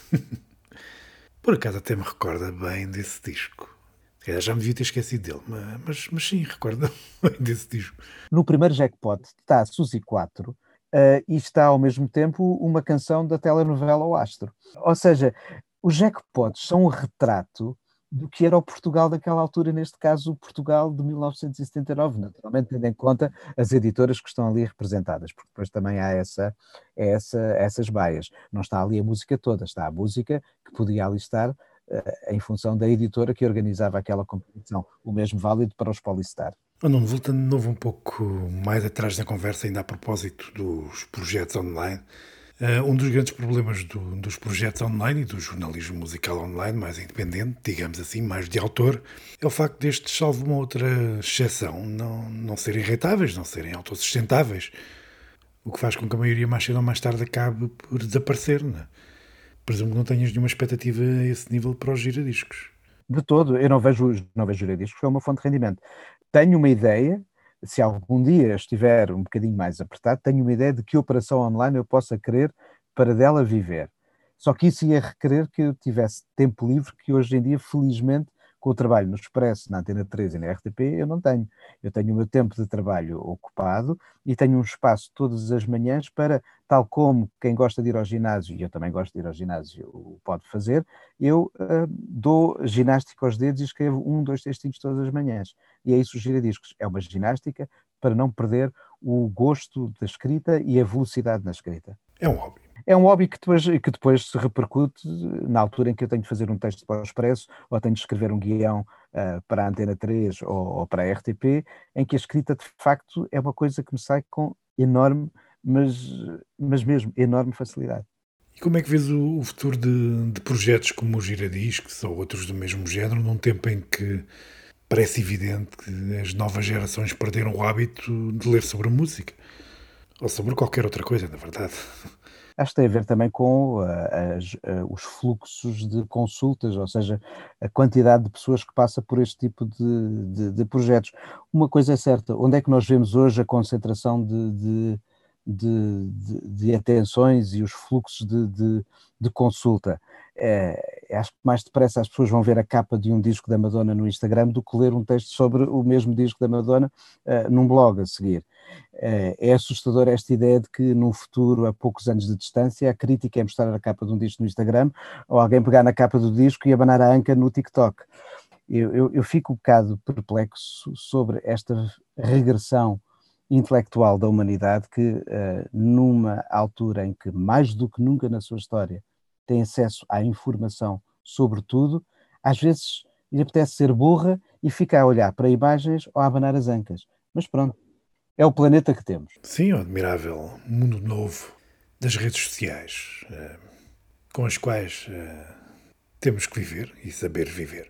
Por acaso até me recorda bem desse disco. Já me devia ter esquecido dele, mas, mas, mas sim, recorda bem desse disco. No primeiro Jackpot está a Suzy quatro, Uh, e está ao mesmo tempo uma canção da telenovela O Astro. Ou seja, os Jackpots são um retrato do que era o Portugal daquela altura, neste caso o Portugal de mil novecentos e setenta e nove, naturalmente tendo em conta as editoras que estão ali representadas, porque depois também há essa, essa, essas baias. Não está ali a música toda, está a música que podia ali estar uh, em função da editora que organizava aquela competição. O mesmo válido para os Polystar. Oh, não, voltando de novo um pouco mais atrás na conversa, ainda a propósito dos projetos online, uh, um dos grandes problemas do, dos projetos online e do jornalismo musical online, mais independente, digamos assim, mais de autor, é o facto destes, salvo uma outra exceção, não, não serem rentáveis, não serem autossustentáveis, o que faz com que a maioria mais cedo ou mais tarde acabe por desaparecer, não é? Presumo que não tenhas nenhuma expectativa a esse nível para os giradiscos. De todo, eu não vejo, não vejo giradiscos como uma fonte de rendimento. Tenho uma ideia se algum dia estiver um bocadinho mais apertado, tenho uma ideia de que operação online eu possa querer para dela viver. Só que isso ia requerer que eu tivesse tempo livre, que hoje em dia, felizmente, com o trabalho no Expresso, na Antena três e na R T P, eu não tenho. Eu tenho o meu tempo de trabalho ocupado e tenho um espaço todas as manhãs para, tal como quem gosta de ir ao ginásio, e eu também gosto de ir ao ginásio, pode fazer, eu uh, dou ginástica aos dedos e escrevo um, dois textinhos todas as manhãs. E é isso os giradiscos. É uma ginástica para não perder o gosto da escrita e a velocidade na escrita. É um hobby. É um hobby que depois, que depois se repercute na altura em que eu tenho de fazer um texto para o Expresso ou tenho de escrever um guião uh, para a Antena três ou, ou para a R T P, em que a escrita de facto é uma coisa que me sai com enorme, mas, mas mesmo enorme facilidade. E como é que vês o, o futuro de, de projetos como o Giradiscos ou outros do mesmo género, num tempo em que parece evidente que as novas gerações perderam o hábito de ler sobre música? Ou sobre qualquer outra coisa, na verdade. Acho que tem a ver também com uh, as, uh, os fluxos de consultas, ou seja, a quantidade de pessoas que passa por este tipo de, de, de projetos. Uma coisa é certa, onde é que nós vemos hoje a concentração de, de, de, de, de atenções e os fluxos de, de, de consulta? É, acho que mais depressa as pessoas vão ver a capa de um disco da Madonna no Instagram do que ler um texto sobre o mesmo disco da Madonna uh, num blog a seguir. Uh, é assustador esta ideia de que num futuro, a poucos anos de distância, a crítica é mostrar a capa de um disco no Instagram ou alguém pegar na capa do disco e abanar a anca no TikTok. Eu, eu, eu fico um bocado perplexo sobre esta regressão intelectual da humanidade que, uh, numa altura em que mais do que nunca na sua história tem acesso à informação sobre tudo, às vezes lhe apetece ser burra e fica a olhar para imagens ou a abanar as ancas. Mas pronto, é o planeta que temos. Sim, o admirável mundo novo das redes sociais, eh, com as quais eh, temos que viver e saber viver.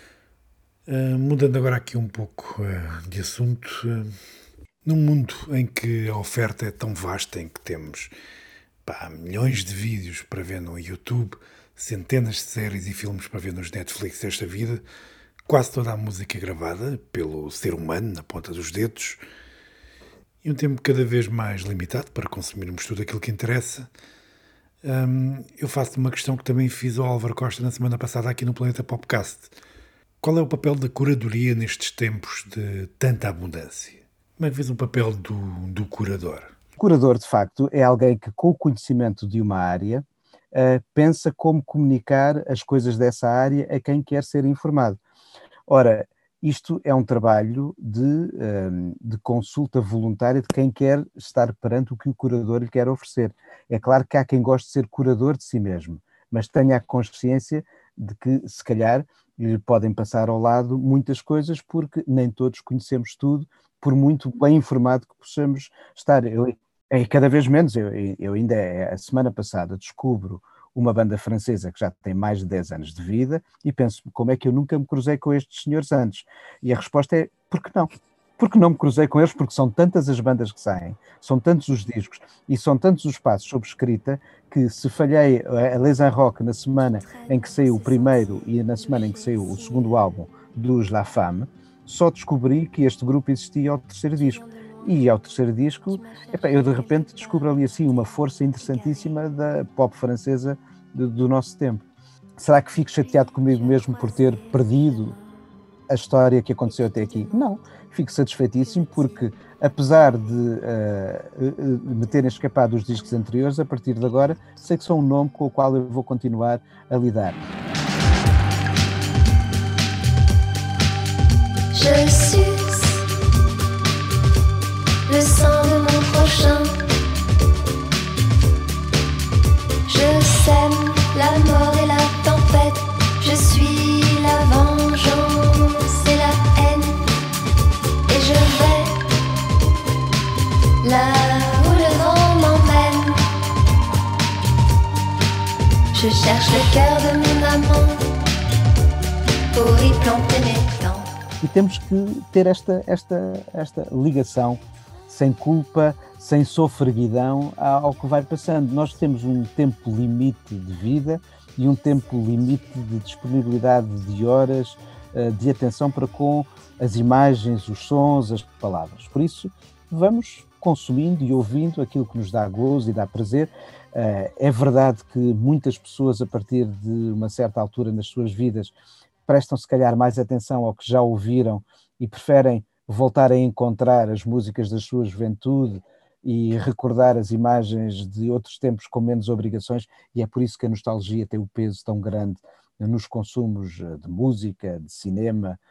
Uh, mudando agora aqui um pouco uh, de assunto, uh, num mundo em que a oferta é tão vasta, em que temos pá, milhões de vídeos para ver no YouTube, centenas de séries e filmes para ver nos Netflix desta vida, quase toda a música gravada pelo ser humano na ponta dos dedos, e um tempo cada vez mais limitado para consumirmos tudo aquilo que interessa, um, eu faço uma questão que também fiz ao Álvaro Costa na semana passada aqui no Planeta Popcast. Qual é o papel da curadoria nestes tempos de tanta abundância? Como é que vês o papel do, do curador? O curador, de facto, é alguém que, com o conhecimento de uma área, uh, pensa como comunicar as coisas dessa área a quem quer ser informado. Ora, isto é um trabalho de, um, de consulta voluntária de quem quer estar perante o que o curador lhe quer oferecer. É claro que há quem goste de ser curador de si mesmo, mas tenha a consciência de que, se calhar, lhe podem passar ao lado muitas coisas, porque nem todos conhecemos tudo, por muito bem informado que possamos estar. Eu, é cada vez menos, eu, eu ainda, a semana passada, descubro uma banda francesa que já tem mais de dez anos de vida e penso, como é que eu nunca me cruzei com estes senhores antes? E a resposta é, por que não? Porque não me cruzei com eles, porque são tantas as bandas que saem, são tantos os discos e são tantos os passos sobre escrita que, se falhei a Les Rock na semana em que saiu o primeiro e na semana em que saiu o segundo álbum dos La Femme, só descobri que este grupo existia ao terceiro disco. E ao terceiro disco, epá, eu de repente descubro ali assim uma força interessantíssima da pop francesa do, do nosso tempo. Será que fico chateado comigo mesmo por ter perdido a história que aconteceu até aqui? Não, fico satisfeitíssimo porque, apesar de uh, me terem escapado os discos anteriores, a partir de agora sei que são um nome com o qual eu vou continuar a lidar. Je suce le sang de mon prochain. Je sème la mort et la tempête. Je suis la vengeance et la haine. Et je vais là où le vent m'emmène. Je cherche le cœur de mon amant pour y planter mes plans. E temos que ter esta, esta, esta ligação sem culpa, sem sofreguidão ao que vai passando. Nós temos um tempo limite de vida e um tempo limite de disponibilidade de horas uh, de atenção para com as imagens, os sons, as palavras. Por isso, vamos consumindo e ouvindo aquilo que nos dá gozo e dá prazer. Uh, é verdade que muitas pessoas, a partir de uma certa altura nas suas vidas, prestam se calhar mais atenção ao que já ouviram e preferem voltar a encontrar as músicas da sua juventude e recordar as imagens de outros tempos com menos obrigações, e é por isso que a nostalgia tem o peso tão grande nos consumos de música, de cinema,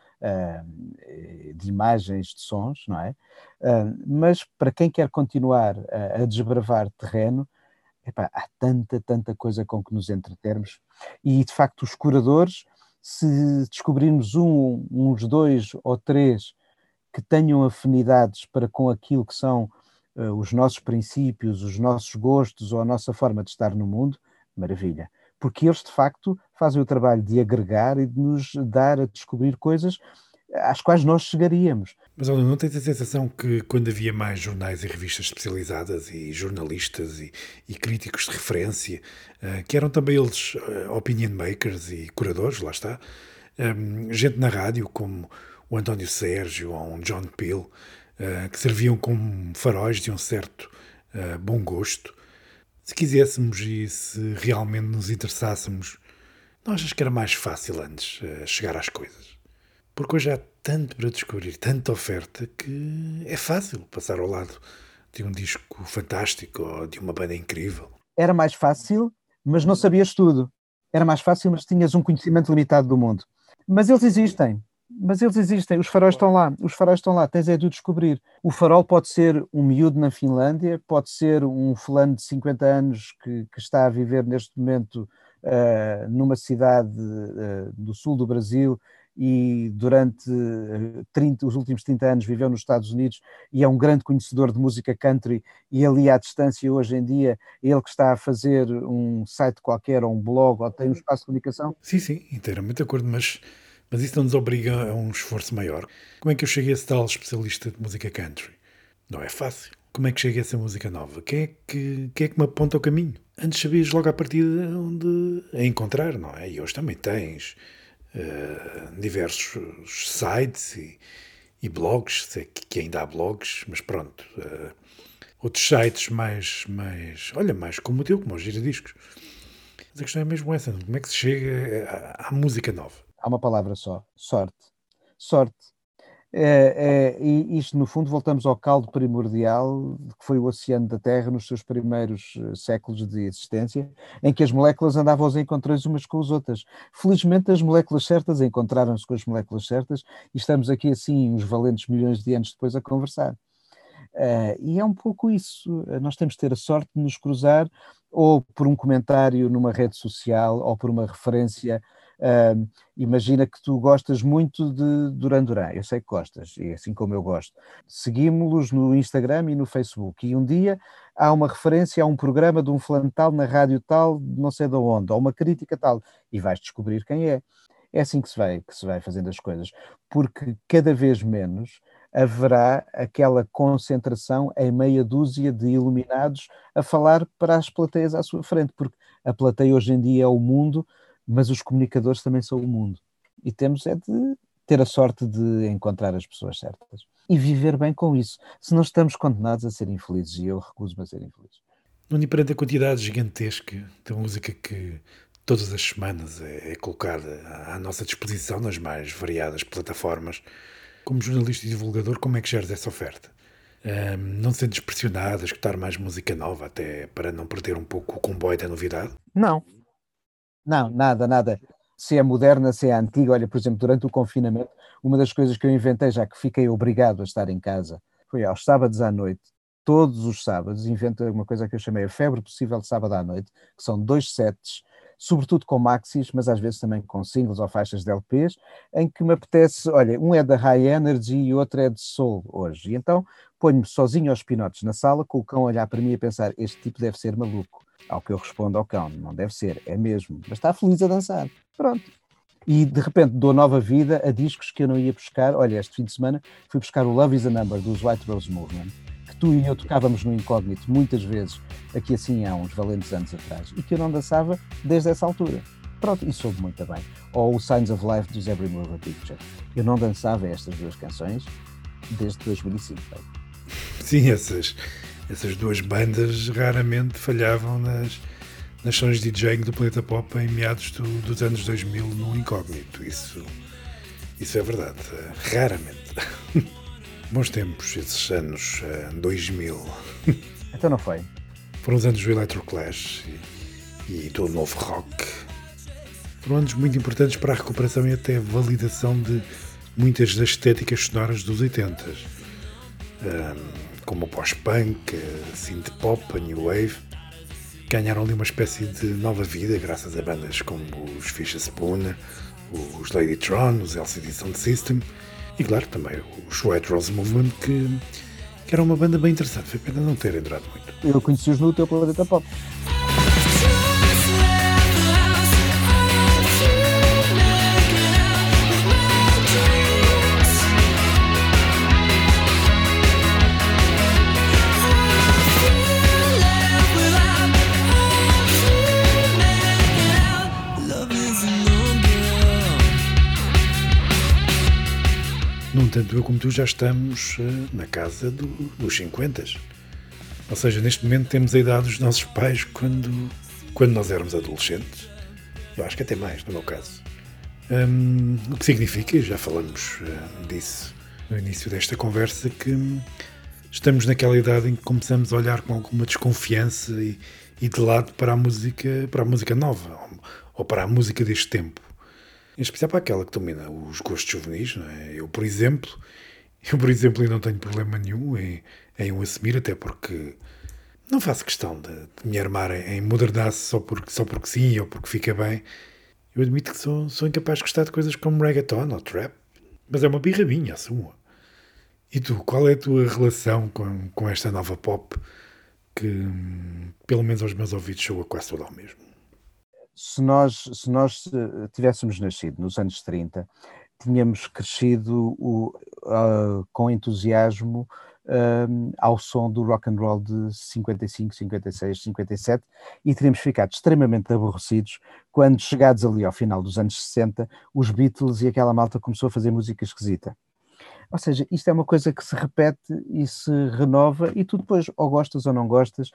de imagens, de sons, não é? Mas para quem quer continuar a desbravar terreno, epá, há tanta, tanta coisa com que nos entretermos, e de facto os curadores, se descobrirmos um, uns dois ou três que tenham afinidades para com aquilo que são uh, os nossos princípios, os nossos gostos ou a nossa forma de estar no mundo, maravilha. Porque eles, de facto, fazem o trabalho de agregar e de nos dar a descobrir coisas às quais nós chegaríamos. Mas olha, não tens a sensação que quando havia mais jornais e revistas especializadas e jornalistas e, e críticos de referência, uh, que eram também eles uh, opinion makers e curadores, lá está, um, gente na rádio como o António Sérgio ou um John Peel, uh, que serviam como faróis de um certo uh, bom gosto. Se quiséssemos e se realmente nos interessássemos, não achas que era mais fácil antes uh, chegar às coisas? Porque hoje há tanto para descobrir, tanta oferta, que é fácil passar ao lado de um disco fantástico ou de uma banda incrível. Era mais fácil, mas não sabias tudo. Era mais fácil, mas tinhas um conhecimento limitado do mundo. Mas eles existem. Mas eles existem. Os faróis estão lá. Os faróis estão lá. Tens é de o descobrir. O farol pode ser um miúdo na Finlândia, pode ser um fulano de cinquenta anos que, que está a viver neste momento uh, numa cidade uh, do sul do Brasil e durante trinta, os últimos trinta anos viveu nos Estados Unidos e é um grande conhecedor de música country, e ali à distância hoje em dia, ele que está a fazer um site qualquer ou um blog ou tem um espaço de comunicação. Sim, sim, inteiramente de acordo, mas, mas isso não nos obriga a um esforço maior. Como é que eu cheguei a esse tal especialista de música country? Não é fácil. Como é que cheguei a essa música nova? Quem é que, quem é que me aponta o caminho? Antes sabias logo à partida onde a encontrar, não é? E hoje também tens Uh, diversos sites e, e blogs, sei que, que ainda há blogs, mas pronto, uh, outros sites mais, mais, olha, mais como o teu, como os giradiscos. Mas a questão é mesmo essa, como é que se chega à, à música nova? Há uma palavra só, sorte. Sorte. É, é, e isto, no fundo, voltamos ao caldo primordial que foi o oceano da Terra nos seus primeiros séculos de existência, em que as moléculas andavam aos encontrões umas com as outras. Felizmente, as moléculas certas encontraram-se com as moléculas certas e estamos aqui, assim, uns valentes milhões de anos depois a conversar. Uh, e é um pouco isso. Nós temos de ter a sorte de nos cruzar ou por um comentário numa rede social ou por uma referência. Uh, imagina que tu gostas muito de Duran Duran, eu sei que gostas, e assim como eu gosto. Seguimos-los no Instagram e no Facebook, e um dia há uma referência a um programa de um fulano tal, na rádio tal, não sei de onde, ou uma crítica tal, e vais descobrir quem é. É assim que se vai, que se vai fazendo as coisas, porque cada vez menos haverá aquela concentração em meia dúzia de iluminados a falar para as plateias à sua frente, porque a plateia hoje em dia é o mundo, mas os comunicadores também são o mundo. E temos é de ter a sorte de encontrar as pessoas certas. E viver bem com isso. Senão estamos condenados a ser infelizes. E eu recuso-me a ser infeliz. Não perante a quantidade gigantesca de música que todas as semanas é, é colocada à nossa disposição nas mais variadas plataformas, como jornalista e divulgador, como é que geres essa oferta? Um, não te sentes pressionado a escutar mais música nova, até para não perder um pouco o comboio da novidade? Não. Não, nada, nada. Se é moderna, se é antiga. Olha, por exemplo, durante o confinamento, uma das coisas que eu inventei, já que fiquei obrigado a estar em casa, foi aos sábados à noite, todos os sábados, inventei uma coisa que eu chamei a febre possível de sábado à noite, que são dois sets, sobretudo com maxis, mas às vezes também com singles ou faixas de L Ps, em que me apetece, olha, um é da High Energy e outro é de Soul hoje. E então ponho-me sozinho aos pinotes na sala, com o cão a olhar para mim e a pensar, este tipo deve ser maluco. Ao que eu respondo ao cão, não deve ser, é mesmo, mas está feliz a dançar. Pronto. E de repente dou nova vida a discos que eu não ia buscar. Olha, este fim de semana fui buscar o Love is a Number dos White Rose Movement, que tu e eu tocávamos no Incógnito muitas vezes, aqui assim há uns valentes anos atrás, e que eu não dançava desde essa altura. Pronto, e soube muito bem. Ou o Signs of Life dos Every Move a Picture. Eu não dançava estas duas canções desde dois mil e cinco. Sim, essas, essas duas bandas raramente falhavam nas, nas sessões de DJing do Planeta Pop em meados do, dos anos dois mil no incógnito. Isso, isso é verdade. Raramente. Bons tempos, esses anos uh, dois mil. Então não foi? Foram os anos do Electroclash e, e do novo rock. Foram anos muito importantes para a recuperação e até validação de muitas das estéticas sonoras dos oitenta, um, como o pós-punk, a synth-pop, a new wave. Ganharam ali uma espécie de nova vida graças a bandas como os Fish a Spoon, os Ladytron, os L C D Sound System e, claro, também os White Rose Movement, que, que era uma banda bem interessante. Foi pena não terem durado muito. Eu conheci-os no teu Planeta Pop. No entanto, eu como tu já estamos uh, na casa do, dos cinquenta. Ou seja, neste momento temos a idade dos nossos pais quando, quando nós éramos adolescentes. Eu acho que até mais, no meu caso. Um, o que significa, e já falamos uh, disso no início desta conversa, que um, estamos naquela idade em que começamos a olhar com alguma desconfiança e, e de lado para a música, para a música nova, ou, ou para a música deste tempo. Em especial para aquela que domina os gostos juvenis, não é? Eu, por exemplo, eu, por exemplo, eu não tenho problema nenhum em, em o assumir, até porque não faço questão de, de me armar em, em modernar-se só porque, só porque sim ou porque fica bem. Eu admito que sou, sou incapaz de gostar de coisas como reggaeton ou trap, mas é uma birra minha, assumo. E tu, qual é a tua relação com, com esta nova pop que, pelo menos aos meus ouvidos, soa quase toda ao mesmo? Se nós, se nós tivéssemos nascido nos anos trinta, tínhamos crescido o, uh, com entusiasmo uh, ao som do rock and roll de cinquenta e cinco, cinquenta e seis, cinquenta e sete e teríamos ficado extremamente aborrecidos quando, chegados ali ao final dos anos sessenta, os Beatles e aquela malta começou a fazer música esquisita. Ou seja, isto é uma coisa que se repete e se renova e tu depois ou gostas ou não gostas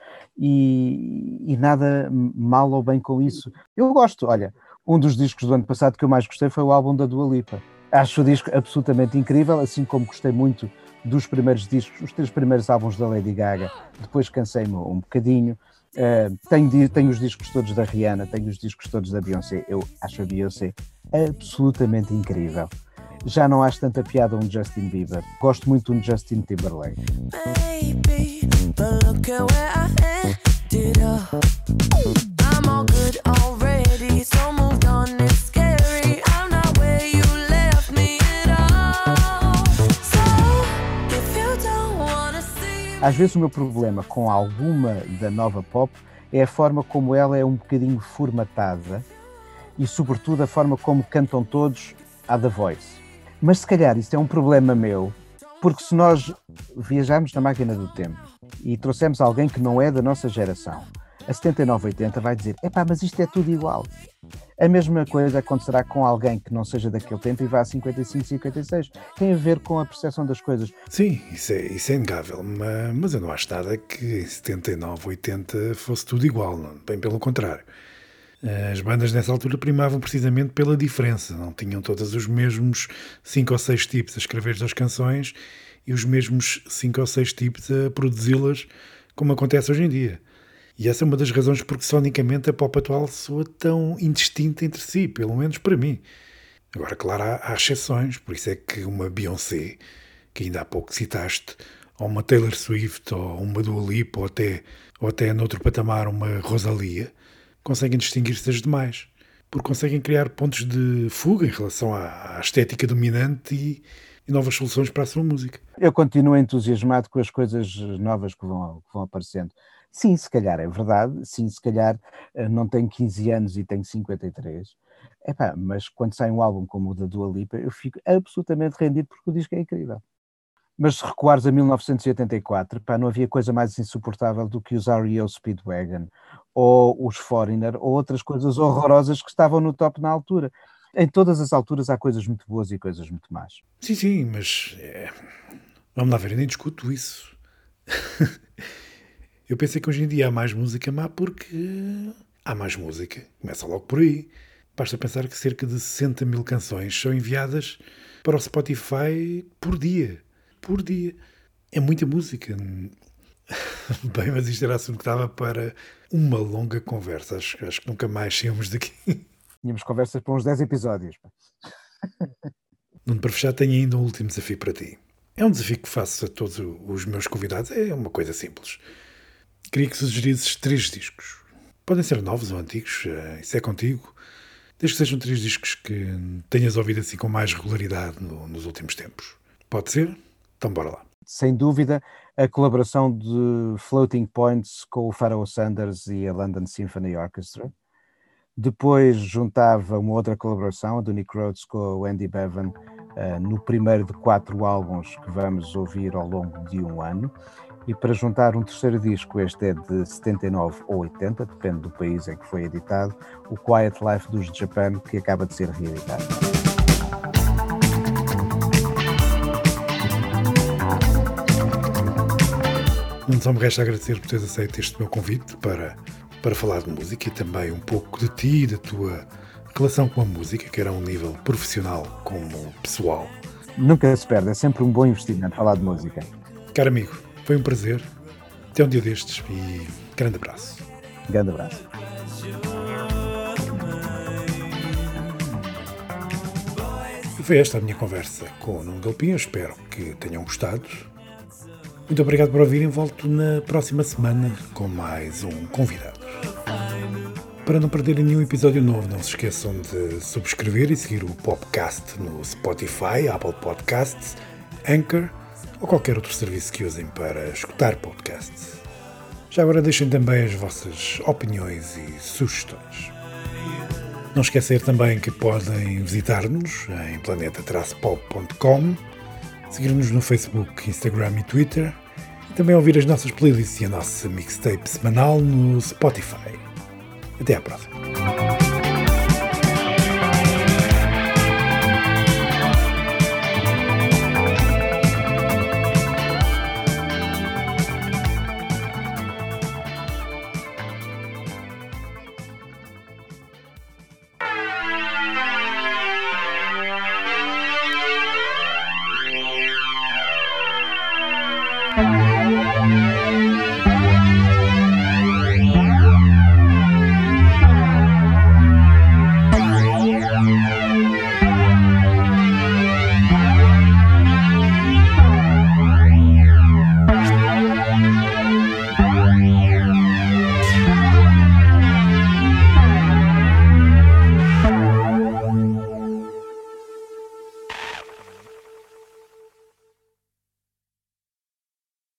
e, e nada mal ou bem com isso. Eu gosto, olha, um dos discos do ano passado que eu mais gostei foi o álbum da Dua Lipa. Acho o disco absolutamente incrível, assim como gostei muito dos primeiros discos, os três primeiros álbuns da Lady Gaga, depois cansei-me um bocadinho. Uh, tenho, tenho os discos todos da Rihanna, tenho os discos todos da Beyoncé, eu acho a Beyoncé absolutamente incrível. Já não acho tanta piada um Justin Bieber. Gosto muito de um Justin Timberlake. Baby, but look at where I ended up. I'm all good already, so moved on, it's scary. I'm not where you left me at all. So, if you don't wanna see me... Às vezes o meu problema com alguma da nova pop é a forma como ela é um bocadinho formatada e, sobretudo, a forma como cantam todos a The Voice. Mas se calhar isso é um problema meu, porque se nós viajarmos na máquina do tempo e trouxermos alguém que não é da nossa geração, a setenta e nove, oitenta vai dizer, epá, mas isto é tudo igual. A mesma coisa acontecerá com alguém que não seja daquele tempo e vá a cinquenta e cinco, cinquenta e seis. Tem a ver com a percepção das coisas. Sim, isso é, isso é inegável, mas, mas eu não acho nada que em setenta e nove, oitenta fosse tudo igual, não? Bem pelo contrário. As bandas nessa altura primavam precisamente pela diferença, não tinham todas os mesmos cinco ou seis tipos a escrever as canções e os mesmos cinco ou seis tipos a produzi-las, como acontece hoje em dia. E essa é uma das razões porque sonicamente a pop atual soa tão indistinta entre si, pelo menos para mim. Agora, claro, há, há exceções, por isso é que uma Beyoncé, que ainda há pouco citaste, ou uma Taylor Swift, ou uma Dua Lipa, ou até, ou até noutro patamar uma Rosalía, conseguem distinguir-se das demais, porque conseguem criar pontos de fuga em relação à, à estética dominante e, e novas soluções para a sua música. Eu continuo entusiasmado com as coisas novas que vão, que vão aparecendo. Sim, se calhar é verdade, sim, se calhar não tenho quinze anos e tenho cinquenta e três, epá, mas quando sai um álbum como o da Dua Lipa, eu fico absolutamente rendido porque o disco é incrível. Mas se recuares a mil novecentos e oitenta e quatro, pá, não havia coisa mais insuportável do que os R E O Speedwagon, ou os Foreigner, ou outras coisas horrorosas que estavam no top na altura. Em todas as alturas há coisas muito boas e coisas muito más. Sim, sim, mas é, vamos lá ver, eu nem discuto isso. Eu pensei que hoje em dia há mais música má porque há mais música. Começa logo por aí. Basta pensar que cerca de sessenta mil canções são enviadas para o Spotify por dia. Por dia. É muita música. Bem, mas isto era assunto que dava para uma longa conversa. Acho, acho que nunca mais saímos daqui. Tínhamos conversas para uns dez episódios. Nuno, para fechar, tenho ainda um último desafio para ti. É um desafio que faço a todos os meus convidados. É uma coisa simples. Queria que sugerisses três discos. Podem ser novos ou antigos, isso é contigo. Desde que sejam três discos que tenhas ouvido assim com mais regularidade no, nos últimos tempos. Pode ser? Então bora lá. Sem dúvida, a colaboração de Floating Points com o Pharoah Sanders e a London Symphony Orchestra. Depois juntava uma outra colaboração, a do Nick Rhodes com o Andy Bevan, uh, no primeiro de quatro álbuns que vamos ouvir ao longo de um ano. E para juntar um terceiro disco, este é de setenta e nove ou oitenta, depende do país em que foi editado, o Quiet Life dos Japan, que acaba de ser reeditado. Não só me resta agradecer por teres aceito este meu convite para, para falar de música e também um pouco de ti e da tua relação com a música, quer a um nível profissional como pessoal. Nunca se perde, é sempre um bom investimento falar de música. Caro amigo, foi um prazer. Até um dia destes e grande abraço. Grande abraço. E foi esta a minha conversa com o Nuno Galpim. Espero que tenham gostado. Muito obrigado por ouvirem. Volto na próxima semana com mais um convidado. Para não perderem nenhum episódio novo, não se esqueçam de subscrever e seguir o podcast no Spotify, Apple Podcasts, Anchor ou qualquer outro serviço que usem para escutar podcasts. Já agora deixem também as vossas opiniões e sugestões. Não esquecer também que podem visitar-nos em planeta pop ponto com, seguir-nos no Facebook, Instagram e Twitter e também ouvir as nossas playlists e a nossa mixtape semanal no Spotify. Até à próxima.